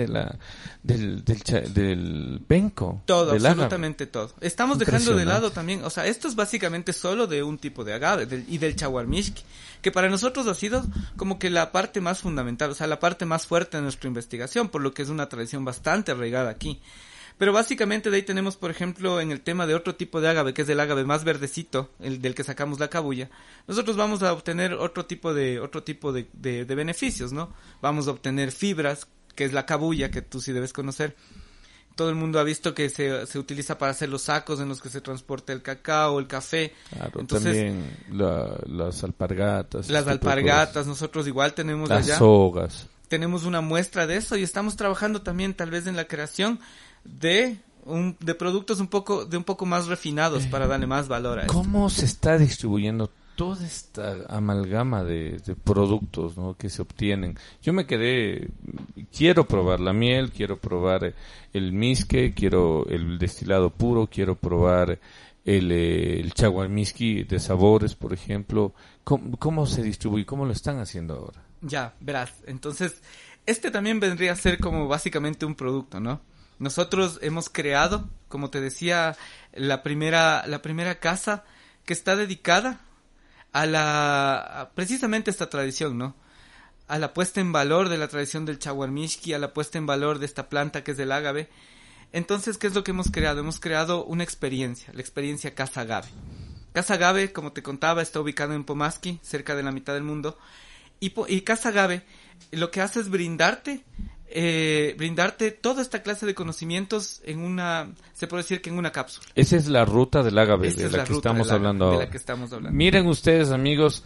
del penco. Todo, del absolutamente todo. Estamos dejando de lado también, o sea, esto es básicamente solo de un tipo de agave y del chaguarmishki, que para nosotros ha sido como que la parte más fundamental, o sea, la parte más fuerte de nuestra investigación, por lo que es una tradición bastante arraigada aquí. Pero básicamente de ahí tenemos, por ejemplo, en el tema de otro tipo de agave, que es el agave más verdecito, el del que sacamos la cabuya, nosotros vamos a obtener otro tipo de beneficios, ¿no? Vamos a obtener fibras, que es la cabuya, que tú sí debes conocer. Todo el mundo ha visto que se utiliza para hacer los sacos en los que se transporta el cacao, el café. Claro, entonces, también las alpargatas. Las alpargatas, nosotros igual tenemos las allá. sogas. Tenemos una muestra de eso y estamos trabajando también tal vez en la creación de productos un poco más refinados para darle más valor a eso. ¿Cómo se está distribuyendo toda esta amalgama de productos, ¿no?, que se obtienen? Yo me quedé, quiero probar la miel, quiero probar el misque, quiero el destilado puro, quiero probar el chaguarmishki de sabores, por ejemplo. ¿Cómo se distribuye? ¿Cómo lo están haciendo ahora? Ya, verás. Entonces, este también vendría a ser como básicamente un producto, ¿no? Nosotros hemos creado, como te decía, la primera casa que está dedicada a precisamente esta tradición, ¿no? A la puesta en valor de la tradición del chaguarmishki, a la puesta en valor de esta planta que es el agave. Entonces, ¿qué es lo que hemos creado? Hemos creado una experiencia, la experiencia Casa Agave. Casa Agave, como te contaba, está ubicado en Pomaski, cerca de la mitad del mundo. Y Casa Agave lo que hace es brindarte toda esta clase de conocimientos se puede decir que en una cápsula. Esa es la ruta del agave de la que estamos hablando ahora. Miren ustedes, amigos,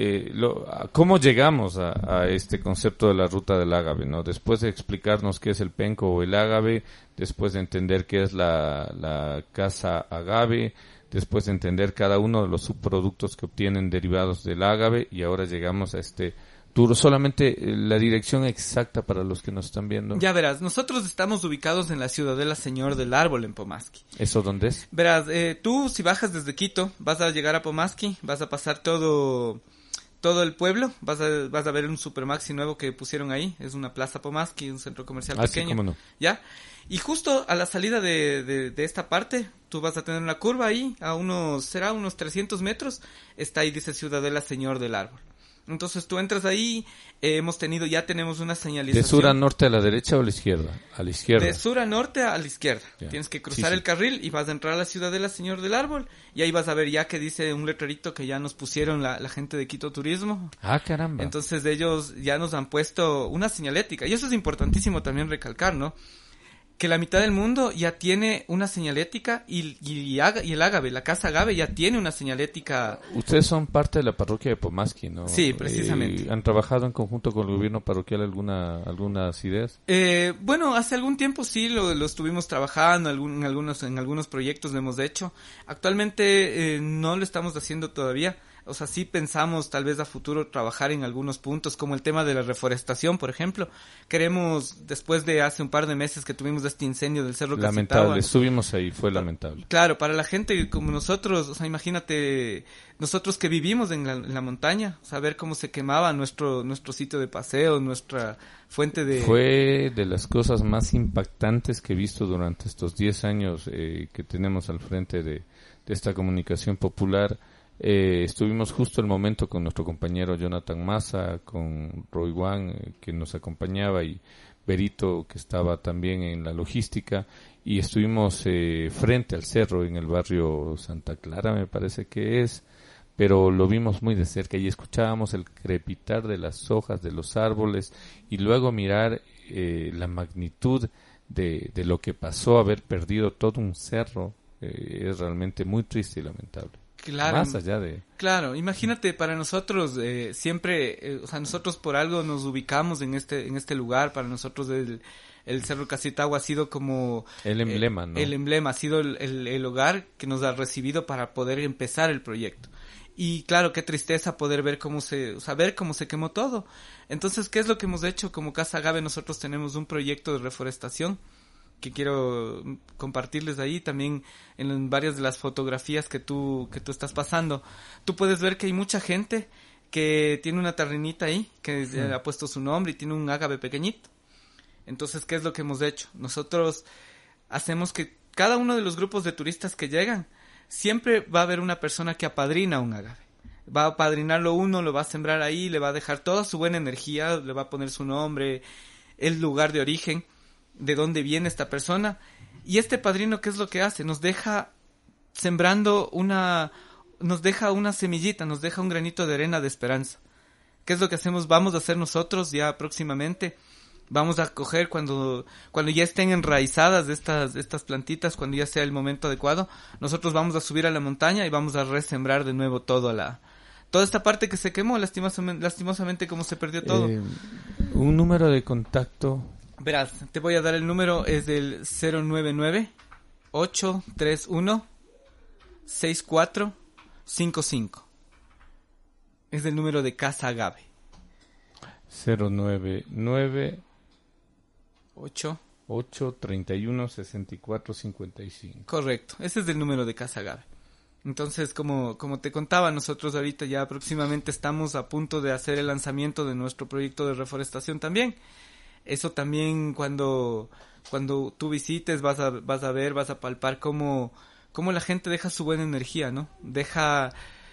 cómo llegamos a este concepto de la ruta del agave, ¿no? Después de explicarnos qué es el penco o el agave, después de entender qué es la casa agave, después de entender cada uno de los subproductos que obtienen derivados del agave, y ahora llegamos a este tour. Solamente la dirección exacta para los que nos están viendo. Ya verás, nosotros estamos ubicados en la Ciudadela Señor del Árbol en Pomaski. ¿Eso dónde es? Verás, tú si bajas desde Quito, vas a llegar a Pomaski, vas a pasar todo el pueblo, vas a ver un Supermaxi nuevo que pusieron ahí, es una plaza Pomaski, un centro comercial pequeño. Sí, cómo no. ¿Ya? Y justo a la salida de esta parte, tú vas a tener una curva ahí, será unos 300 metros, está ahí, dice Ciudadela Señor del Árbol. Entonces tú entras ahí, ya tenemos una señalización. ¿De sur a norte a la derecha o a la izquierda? A la izquierda. De sur a norte a la izquierda. Ya. Tienes que cruzar el carril y vas a entrar a la Ciudadela Señor del Árbol. Y ahí vas a ver ya que dice un letrerito que ya nos pusieron la gente de Quito Turismo. Ah, caramba. Entonces ellos ya nos han puesto una señalética. Y eso es importantísimo también recalcar, ¿no? Que la mitad del mundo ya tiene una señalética y el agave, la casa agave ya tiene una señalética. Ustedes son parte de la parroquia de Pomaski, ¿no? Sí, precisamente. ¿Han trabajado en conjunto con el gobierno parroquial algunas ideas? Bueno, hace algún tiempo sí lo estuvimos trabajando, en algunos proyectos lo hemos hecho. Actualmente no lo estamos haciendo todavía. O sea, sí pensamos tal vez a futuro trabajar en algunos puntos, como el tema de la reforestación, por ejemplo. Queremos, después de hace un par de meses que tuvimos este incendio del Cerro Cacitagua. Lamentable, estuvimos ahí, fue lamentable. Claro, para la gente como nosotros, o sea, imagínate, nosotros que vivimos en la montaña, saber cómo se quemaba nuestro sitio de paseo, nuestra fuente de... Fue de las cosas más impactantes que he visto durante estos 10 años que tenemos al frente de esta comunicación popular. Estuvimos justo el momento con nuestro compañero Jonathan Massa, con Roy Wan, que nos acompañaba, y Berito, que estaba también en la logística, y estuvimos frente al cerro en el barrio Santa Clara, me parece que es, pero lo vimos muy de cerca y escuchábamos el crepitar de las hojas de los árboles y luego mirar la magnitud de lo que pasó, haber perdido todo un cerro, es realmente muy triste y lamentable. Claro, Más allá de... Claro, imagínate, para nosotros siempre, o sea, nosotros por algo nos ubicamos en este lugar. Para nosotros el Cerro Casitagua ha sido como... el emblema, ¿no? El emblema, ha sido el hogar que nos ha recibido para poder empezar el proyecto. Y claro, qué tristeza poder ver cómo se quemó todo. Entonces, ¿qué es lo que hemos hecho? Como Casa Agave nosotros tenemos un proyecto de reforestación que quiero compartirles ahí también en varias de las fotografías que tú estás pasando. Tú puedes ver que hay mucha gente que tiene una terrenita ahí, que ha puesto su nombre y tiene un ágave pequeñito. Entonces, ¿qué es lo que hemos hecho? Nosotros hacemos que cada uno de los grupos de turistas que llegan, siempre va a haber una persona que apadrina un ágave. Va a apadrinarlo uno, lo va a sembrar ahí, le va a dejar toda su buena energía, le va a poner su nombre, el lugar de origen, de dónde viene esta persona. Y este padrino, ¿qué es lo que hace? Nos deja sembrando nos deja una semillita, nos deja un granito de arena de esperanza. ¿Qué es lo que hacemos? Vamos a hacer nosotros ya próximamente. Vamos a coger cuando ya estén enraizadas estas plantitas, cuando ya sea el momento adecuado, nosotros vamos a subir a la montaña y vamos a resembrar de nuevo toda esta parte que se quemó, lastimosamente como se perdió todo. Un número de contacto. Verás, te voy a dar el número, es del 099-831-6455. Es el número de Casa Agave. 099 8 31 64 55. Correcto, ese es el número de Casa Agave. Entonces, como te contaba, nosotros ahorita ya próximamente estamos a punto de hacer el lanzamiento de nuestro proyecto de reforestación también. Eso también cuando tú visites vas a ver, vas a palpar cómo la gente deja su buena energía, ¿no? Deja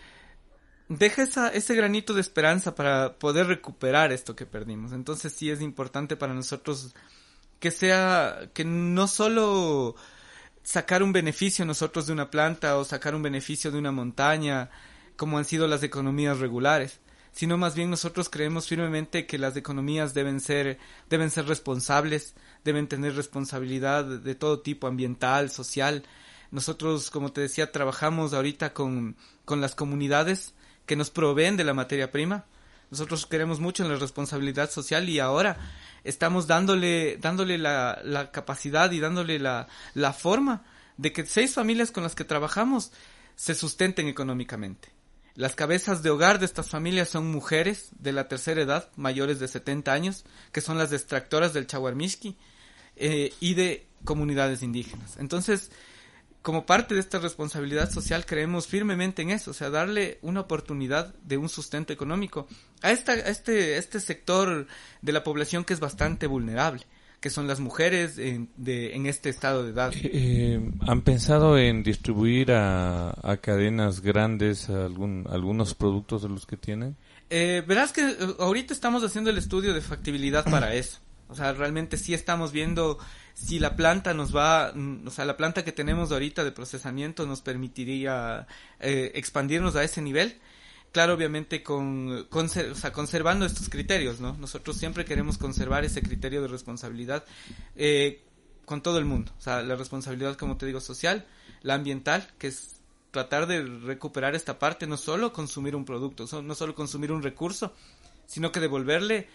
ese granito de esperanza para poder recuperar esto que perdimos. Entonces sí es importante para nosotros que no solo sacar un beneficio nosotros de una planta o sacar un beneficio de una montaña, como han sido las economías regulares, sino más bien nosotros creemos firmemente que las economías deben ser responsables, deben tener responsabilidad de todo tipo, ambiental, social. Nosotros, como te decía, trabajamos ahorita con las comunidades que nos proveen de la materia prima. Nosotros queremos mucho en la responsabilidad social y ahora estamos dándole la capacidad y dándole la forma de que 6 familias con las que trabajamos se sustenten económicamente. Las cabezas de hogar de estas familias son mujeres de la tercera edad, mayores de 70 años, que son las extractoras del Chaguarmishki, y de comunidades indígenas. Entonces, como parte de esta responsabilidad social, creemos firmemente en eso, o sea, darle una oportunidad de un sustento económico a este sector de la población que es bastante vulnerable, que son las mujeres en este estado de edad. ¿Han pensado en distribuir a cadenas grandes algunos productos de los que tienen? Verás que ahorita estamos haciendo el estudio de factibilidad para eso. O sea, realmente sí estamos viendo si la planta la planta que tenemos ahorita de procesamiento nos permitiría expandirnos a ese nivel. Claro, obviamente conservando estos criterios, ¿no? Nosotros siempre queremos conservar ese criterio de responsabilidad con todo el mundo. O sea, la responsabilidad, como te digo, social, la ambiental, que es tratar de recuperar esta parte, no solo consumir un producto, no solo consumir un recurso, sino que devolverle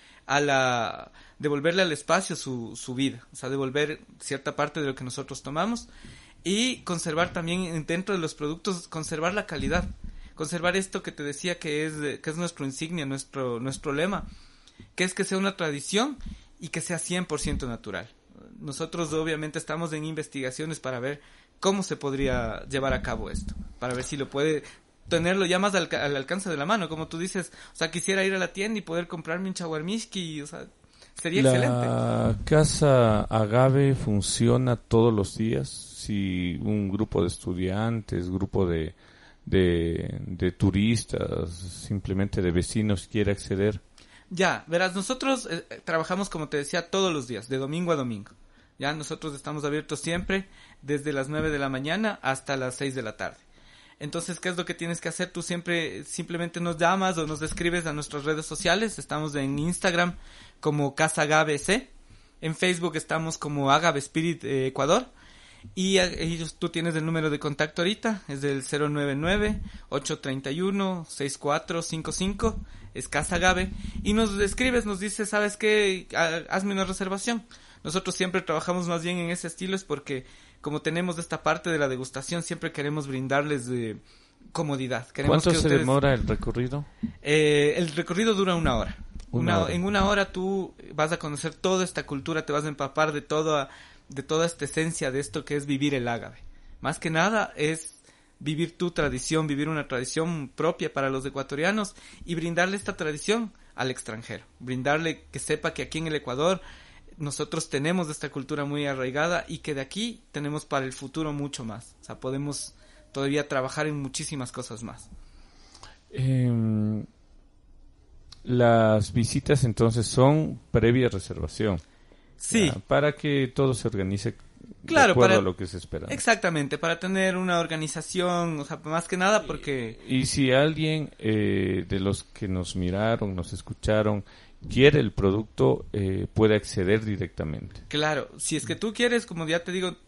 al espacio su vida, o sea, devolver cierta parte de lo que nosotros tomamos y conservar también dentro de los productos, conservar la calidad, conservar esto que te decía que es nuestro insignia, nuestro lema, que es que sea una tradición y que sea 100% natural. Nosotros obviamente estamos en investigaciones para ver cómo se podría llevar a cabo esto, para ver si lo puede tenerlo ya más al alcance de la mano, como tú dices. O sea, quisiera ir a la tienda y poder comprarme un Chaguarmishki, o sea, sería excelente. ¿La Casa Agave funciona todos los días? Si un grupo de estudiantes, grupo de turistas, simplemente de vecinos quiere acceder. Ya, verás, nosotros trabajamos, como te decía, todos los días, de domingo a domingo. Ya, nosotros estamos abiertos siempre, desde las 9 de la mañana hasta las 6 de la tarde. Entonces, ¿qué es lo que tienes que hacer? Tú simplemente nos llamas o nos escribes a nuestras redes sociales. Estamos en Instagram como Casa Agave C. En Facebook estamos como Agave Spirit Ecuador. Y tú tienes el número de contacto ahorita, es del 099-831-6455, es Casa Agave, y nos escribes, nos dices, ¿sabes qué? Hazme una reservación. Nosotros siempre trabajamos más bien en ese estilo, es porque como tenemos esta parte de la degustación, siempre queremos brindarles comodidad. ¿Cuánto se demora el recorrido? El recorrido dura 1 hora. En 1 hora tú vas a conocer toda esta cultura, te vas a empapar de toda esta esencia de esto que es vivir el ágave. Más que nada es vivir tu tradición, vivir una tradición propia para los ecuatorianos y brindarle esta tradición al extranjero. Brindarle que sepa que aquí en el Ecuador nosotros tenemos esta cultura muy arraigada y que de aquí tenemos para el futuro mucho más. O sea, podemos todavía trabajar en muchísimas cosas más. Las visitas entonces son previa reservación. Sí. Para que todo se organice claro, de acuerdo a lo que se espera. Exactamente, para tener una organización, o sea, más que nada porque... Y si alguien de los que nos miraron, nos escucharon, quiere el producto, puede acceder directamente. Claro, si es que tú quieres, como ya te digo,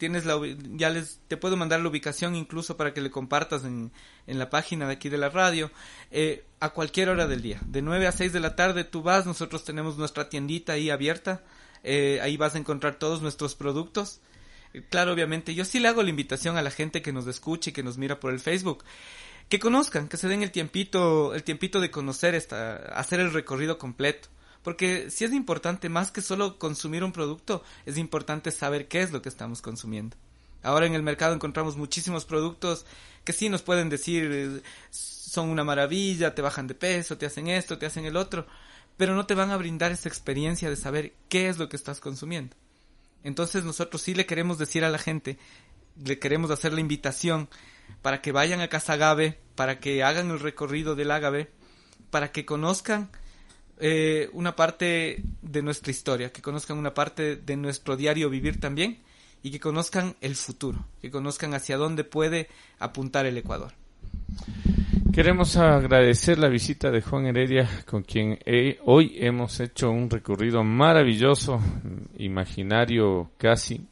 te puedo mandar la ubicación incluso para que le compartas en la página de aquí de la radio, a cualquier hora del día. De 9 a 6 de la tarde tú vas, nosotros tenemos nuestra tiendita ahí abierta. Ahí vas a encontrar todos nuestros productos. Claro, obviamente, yo sí le hago la invitación a la gente que nos escuche y que nos mira por el Facebook, que conozcan, que se den el tiempito de conocer hacer el recorrido completo. Porque sí es importante, más que solo consumir un producto, es importante saber qué es lo que estamos consumiendo. Ahora en el mercado encontramos muchísimos productos que sí nos pueden decir, son una maravilla, te bajan de peso, te hacen esto, te hacen el otro, pero no te van a brindar esa experiencia de saber qué es lo que estás consumiendo. Entonces nosotros sí le queremos decir a la gente, le queremos hacer la invitación para que vayan a Casa Agave, para que hagan el recorrido del ágave, para que conozcan una parte de nuestra historia, que conozcan una parte de nuestro diario vivir también, y que conozcan el futuro, que conozcan hacia dónde puede apuntar el Ecuador. Queremos agradecer la visita de Juan Heredia, con quien hoy hemos hecho un recorrido maravilloso, imaginario casi,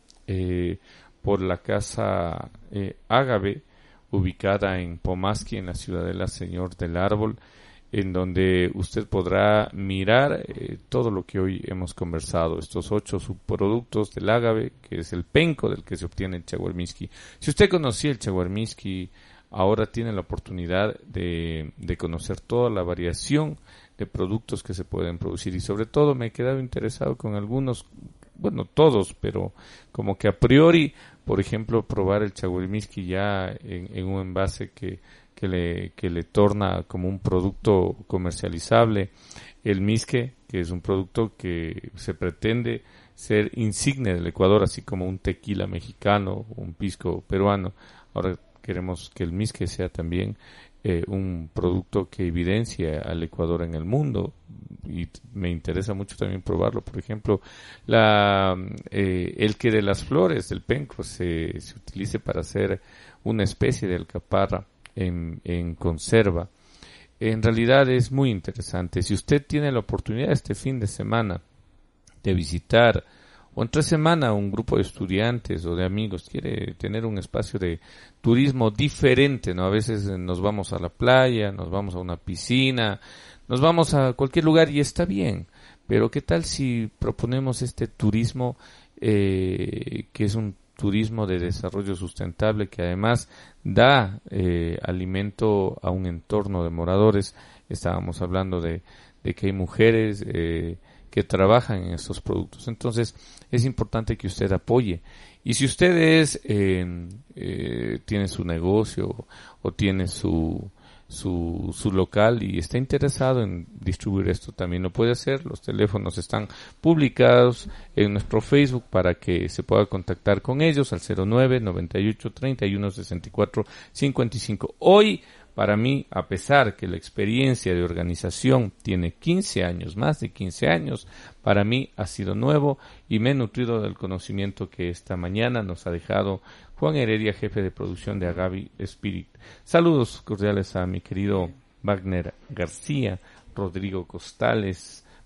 por la Casa Agave, ubicada en Pomasqui, en la ciudadela Señor del Árbol, en donde usted podrá mirar todo lo que hoy hemos conversado, estos 8 subproductos del ágave, que es el penco del que se obtiene el chaguarmiski. Si usted conocía el chaguarmiski, ahora tiene la oportunidad de conocer toda la variación de productos que se pueden producir, y sobre todo me he quedado interesado con algunos, bueno, todos, pero como que a priori, por ejemplo, probar el chaguarmiski ya en un envase que le torna como un producto comercializable, el misque, que es un producto que se pretende ser insigne del Ecuador, así como un tequila mexicano, un pisco peruano. Ahora queremos que el misque sea también un producto que evidencia al Ecuador en el mundo, y me interesa mucho también probarlo. Por ejemplo, el que de las flores del penco se utilice para hacer una especie de alcaparra en conserva. En realidad es muy interesante. Si usted tiene la oportunidad este fin de semana de visitar, o entre semana, un grupo de estudiantes o de amigos quiere tener un espacio de turismo diferente, ¿no? A veces nos vamos a la playa, nos vamos a una piscina, nos vamos a cualquier lugar y está bien, pero ¿qué tal si proponemos este turismo que es un turismo de desarrollo sustentable, que además da alimento a un entorno de moradores? Estábamos hablando de que hay mujeres que trabajan en estos productos. Entonces es importante que usted apoye. Y si usted tiene su negocio o tiene su local y está interesado en distribuir esto, también lo puede hacer. Los teléfonos están publicados en nuestro Facebook para que se pueda contactar con ellos al 09-98-31-64-55. Hoy, para mí, a pesar que la experiencia de organización tiene 15 años, más de 15 años, para mí ha sido nuevo y me he nutrido del conocimiento que esta mañana nos ha dejado Juan Heredia, jefe de producción de Agave Spirit. Saludos cordiales a mi querido Wagner García, Rodrigo Costales,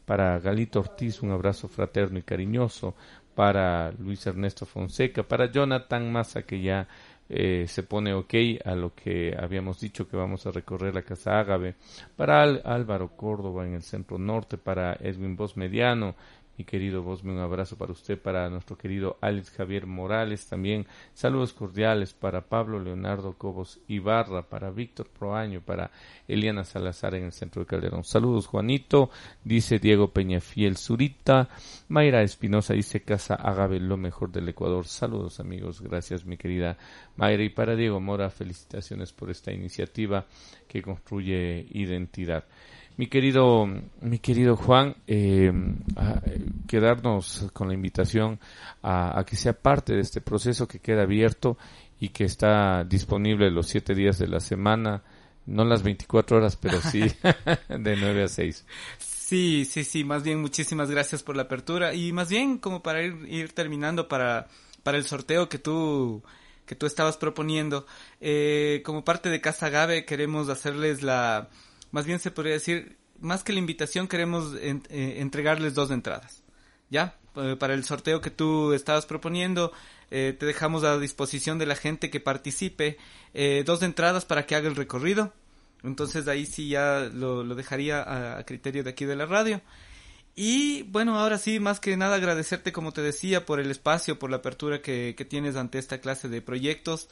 para Galito Ortiz, un abrazo fraterno y cariñoso, para Luis Ernesto Fonseca, para Jonathan Massa, que ya se pone ok a lo que habíamos dicho que vamos a recorrer la Casa Ágave, para Álvaro Córdoba en el Centro Norte, para Edwin Vos Mediano, mi querido Bosme, un abrazo para usted, para nuestro querido Alex Javier Morales también, saludos cordiales para Pablo Leonardo Cobos Ibarra, para Víctor Proaño, para Eliana Salazar en el centro de Calderón, saludos Juanito, dice Diego Peñafiel Zurita, Mayra Espinosa dice Casa Ágave, lo mejor del Ecuador, saludos amigos, gracias mi querida Mayra, y para Diego Mora, felicitaciones por esta iniciativa que construye identidad. Mi querido Juan, quedarnos con la invitación a que sea parte de este proceso que queda abierto y que está disponible los 7 días de la semana, no las 24 horas, pero sí de 9 a 6. Sí, más bien muchísimas gracias por la apertura y más bien como para ir terminando para el sorteo que tú estabas proponiendo, como parte de Casa Ágave queremos hacerles más bien se podría decir, más que la invitación, queremos entregarles 2 entradas, ¿ya? Para el sorteo que tú estabas proponiendo, te dejamos a disposición de la gente que participe 2 entradas para que haga el recorrido. Entonces ahí sí ya lo dejaría a criterio de aquí de la radio. Y bueno, ahora sí, más que nada agradecerte, como te decía, por el espacio, por la apertura que tienes ante esta clase de proyectos.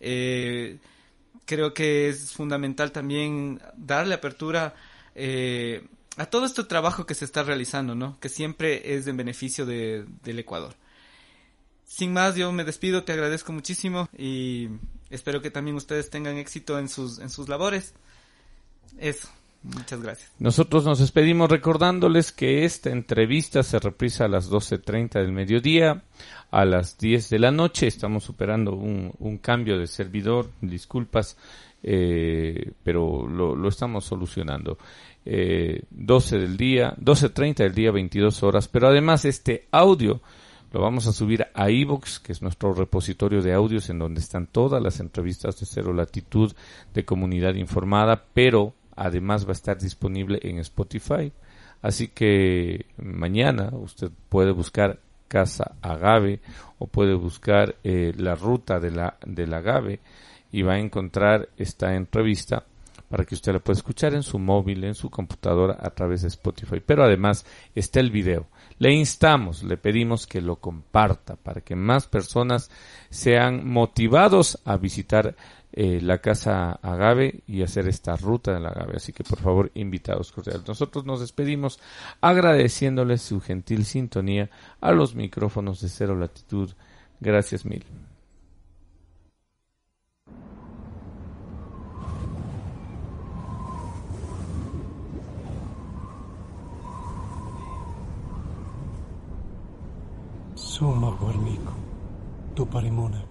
Creo que es fundamental también darle apertura a todo este trabajo que se está realizando, ¿no? Que siempre es en beneficio del Ecuador. Sin más, yo me despido, te agradezco muchísimo y espero que también ustedes tengan éxito en sus labores. Eso, muchas gracias. Nosotros nos despedimos recordándoles que esta entrevista se reprisa a las 12:30 del mediodía. A las 10 de la noche estamos superando un cambio de servidor, disculpas, pero lo estamos solucionando. 12:30 del día, 22 horas, pero además este audio lo vamos a subir a iVoox, que es nuestro repositorio de audios en donde están todas las entrevistas de Cero Latitud de Comunidad Informada, pero además va a estar disponible en Spotify. Así que mañana usted puede buscar Casa Ágave o puede buscar la ruta de la Ágave y va a encontrar esta entrevista para que usted la pueda escuchar en su móvil, en su computadora a través de Spotify. Pero además está el video. Le instamos, le pedimos que lo comparta para que más personas sean motivados a visitar la Casa Ágave y hacer esta ruta de la Ágave. Así que por favor, invitados cordiales. Nosotros nos despedimos agradeciéndoles su gentil sintonía a los micrófonos de Cero Latitud. Gracias mil. Suma Guarnico, Tuparimunac.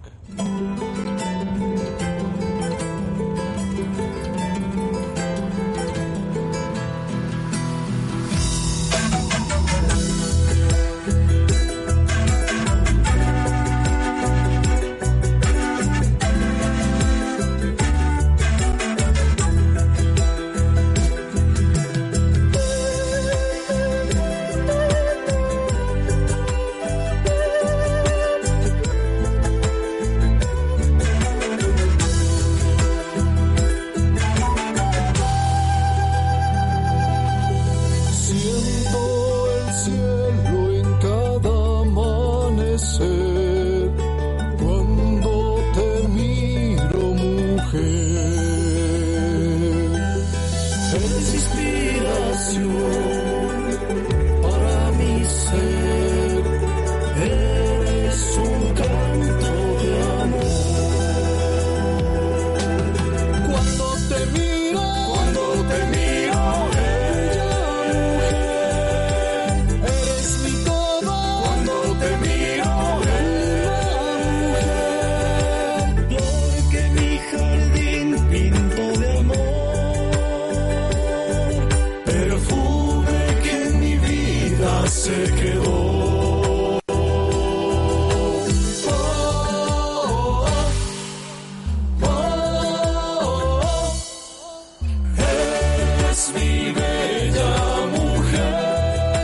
Es mi bella mujer.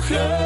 mujer.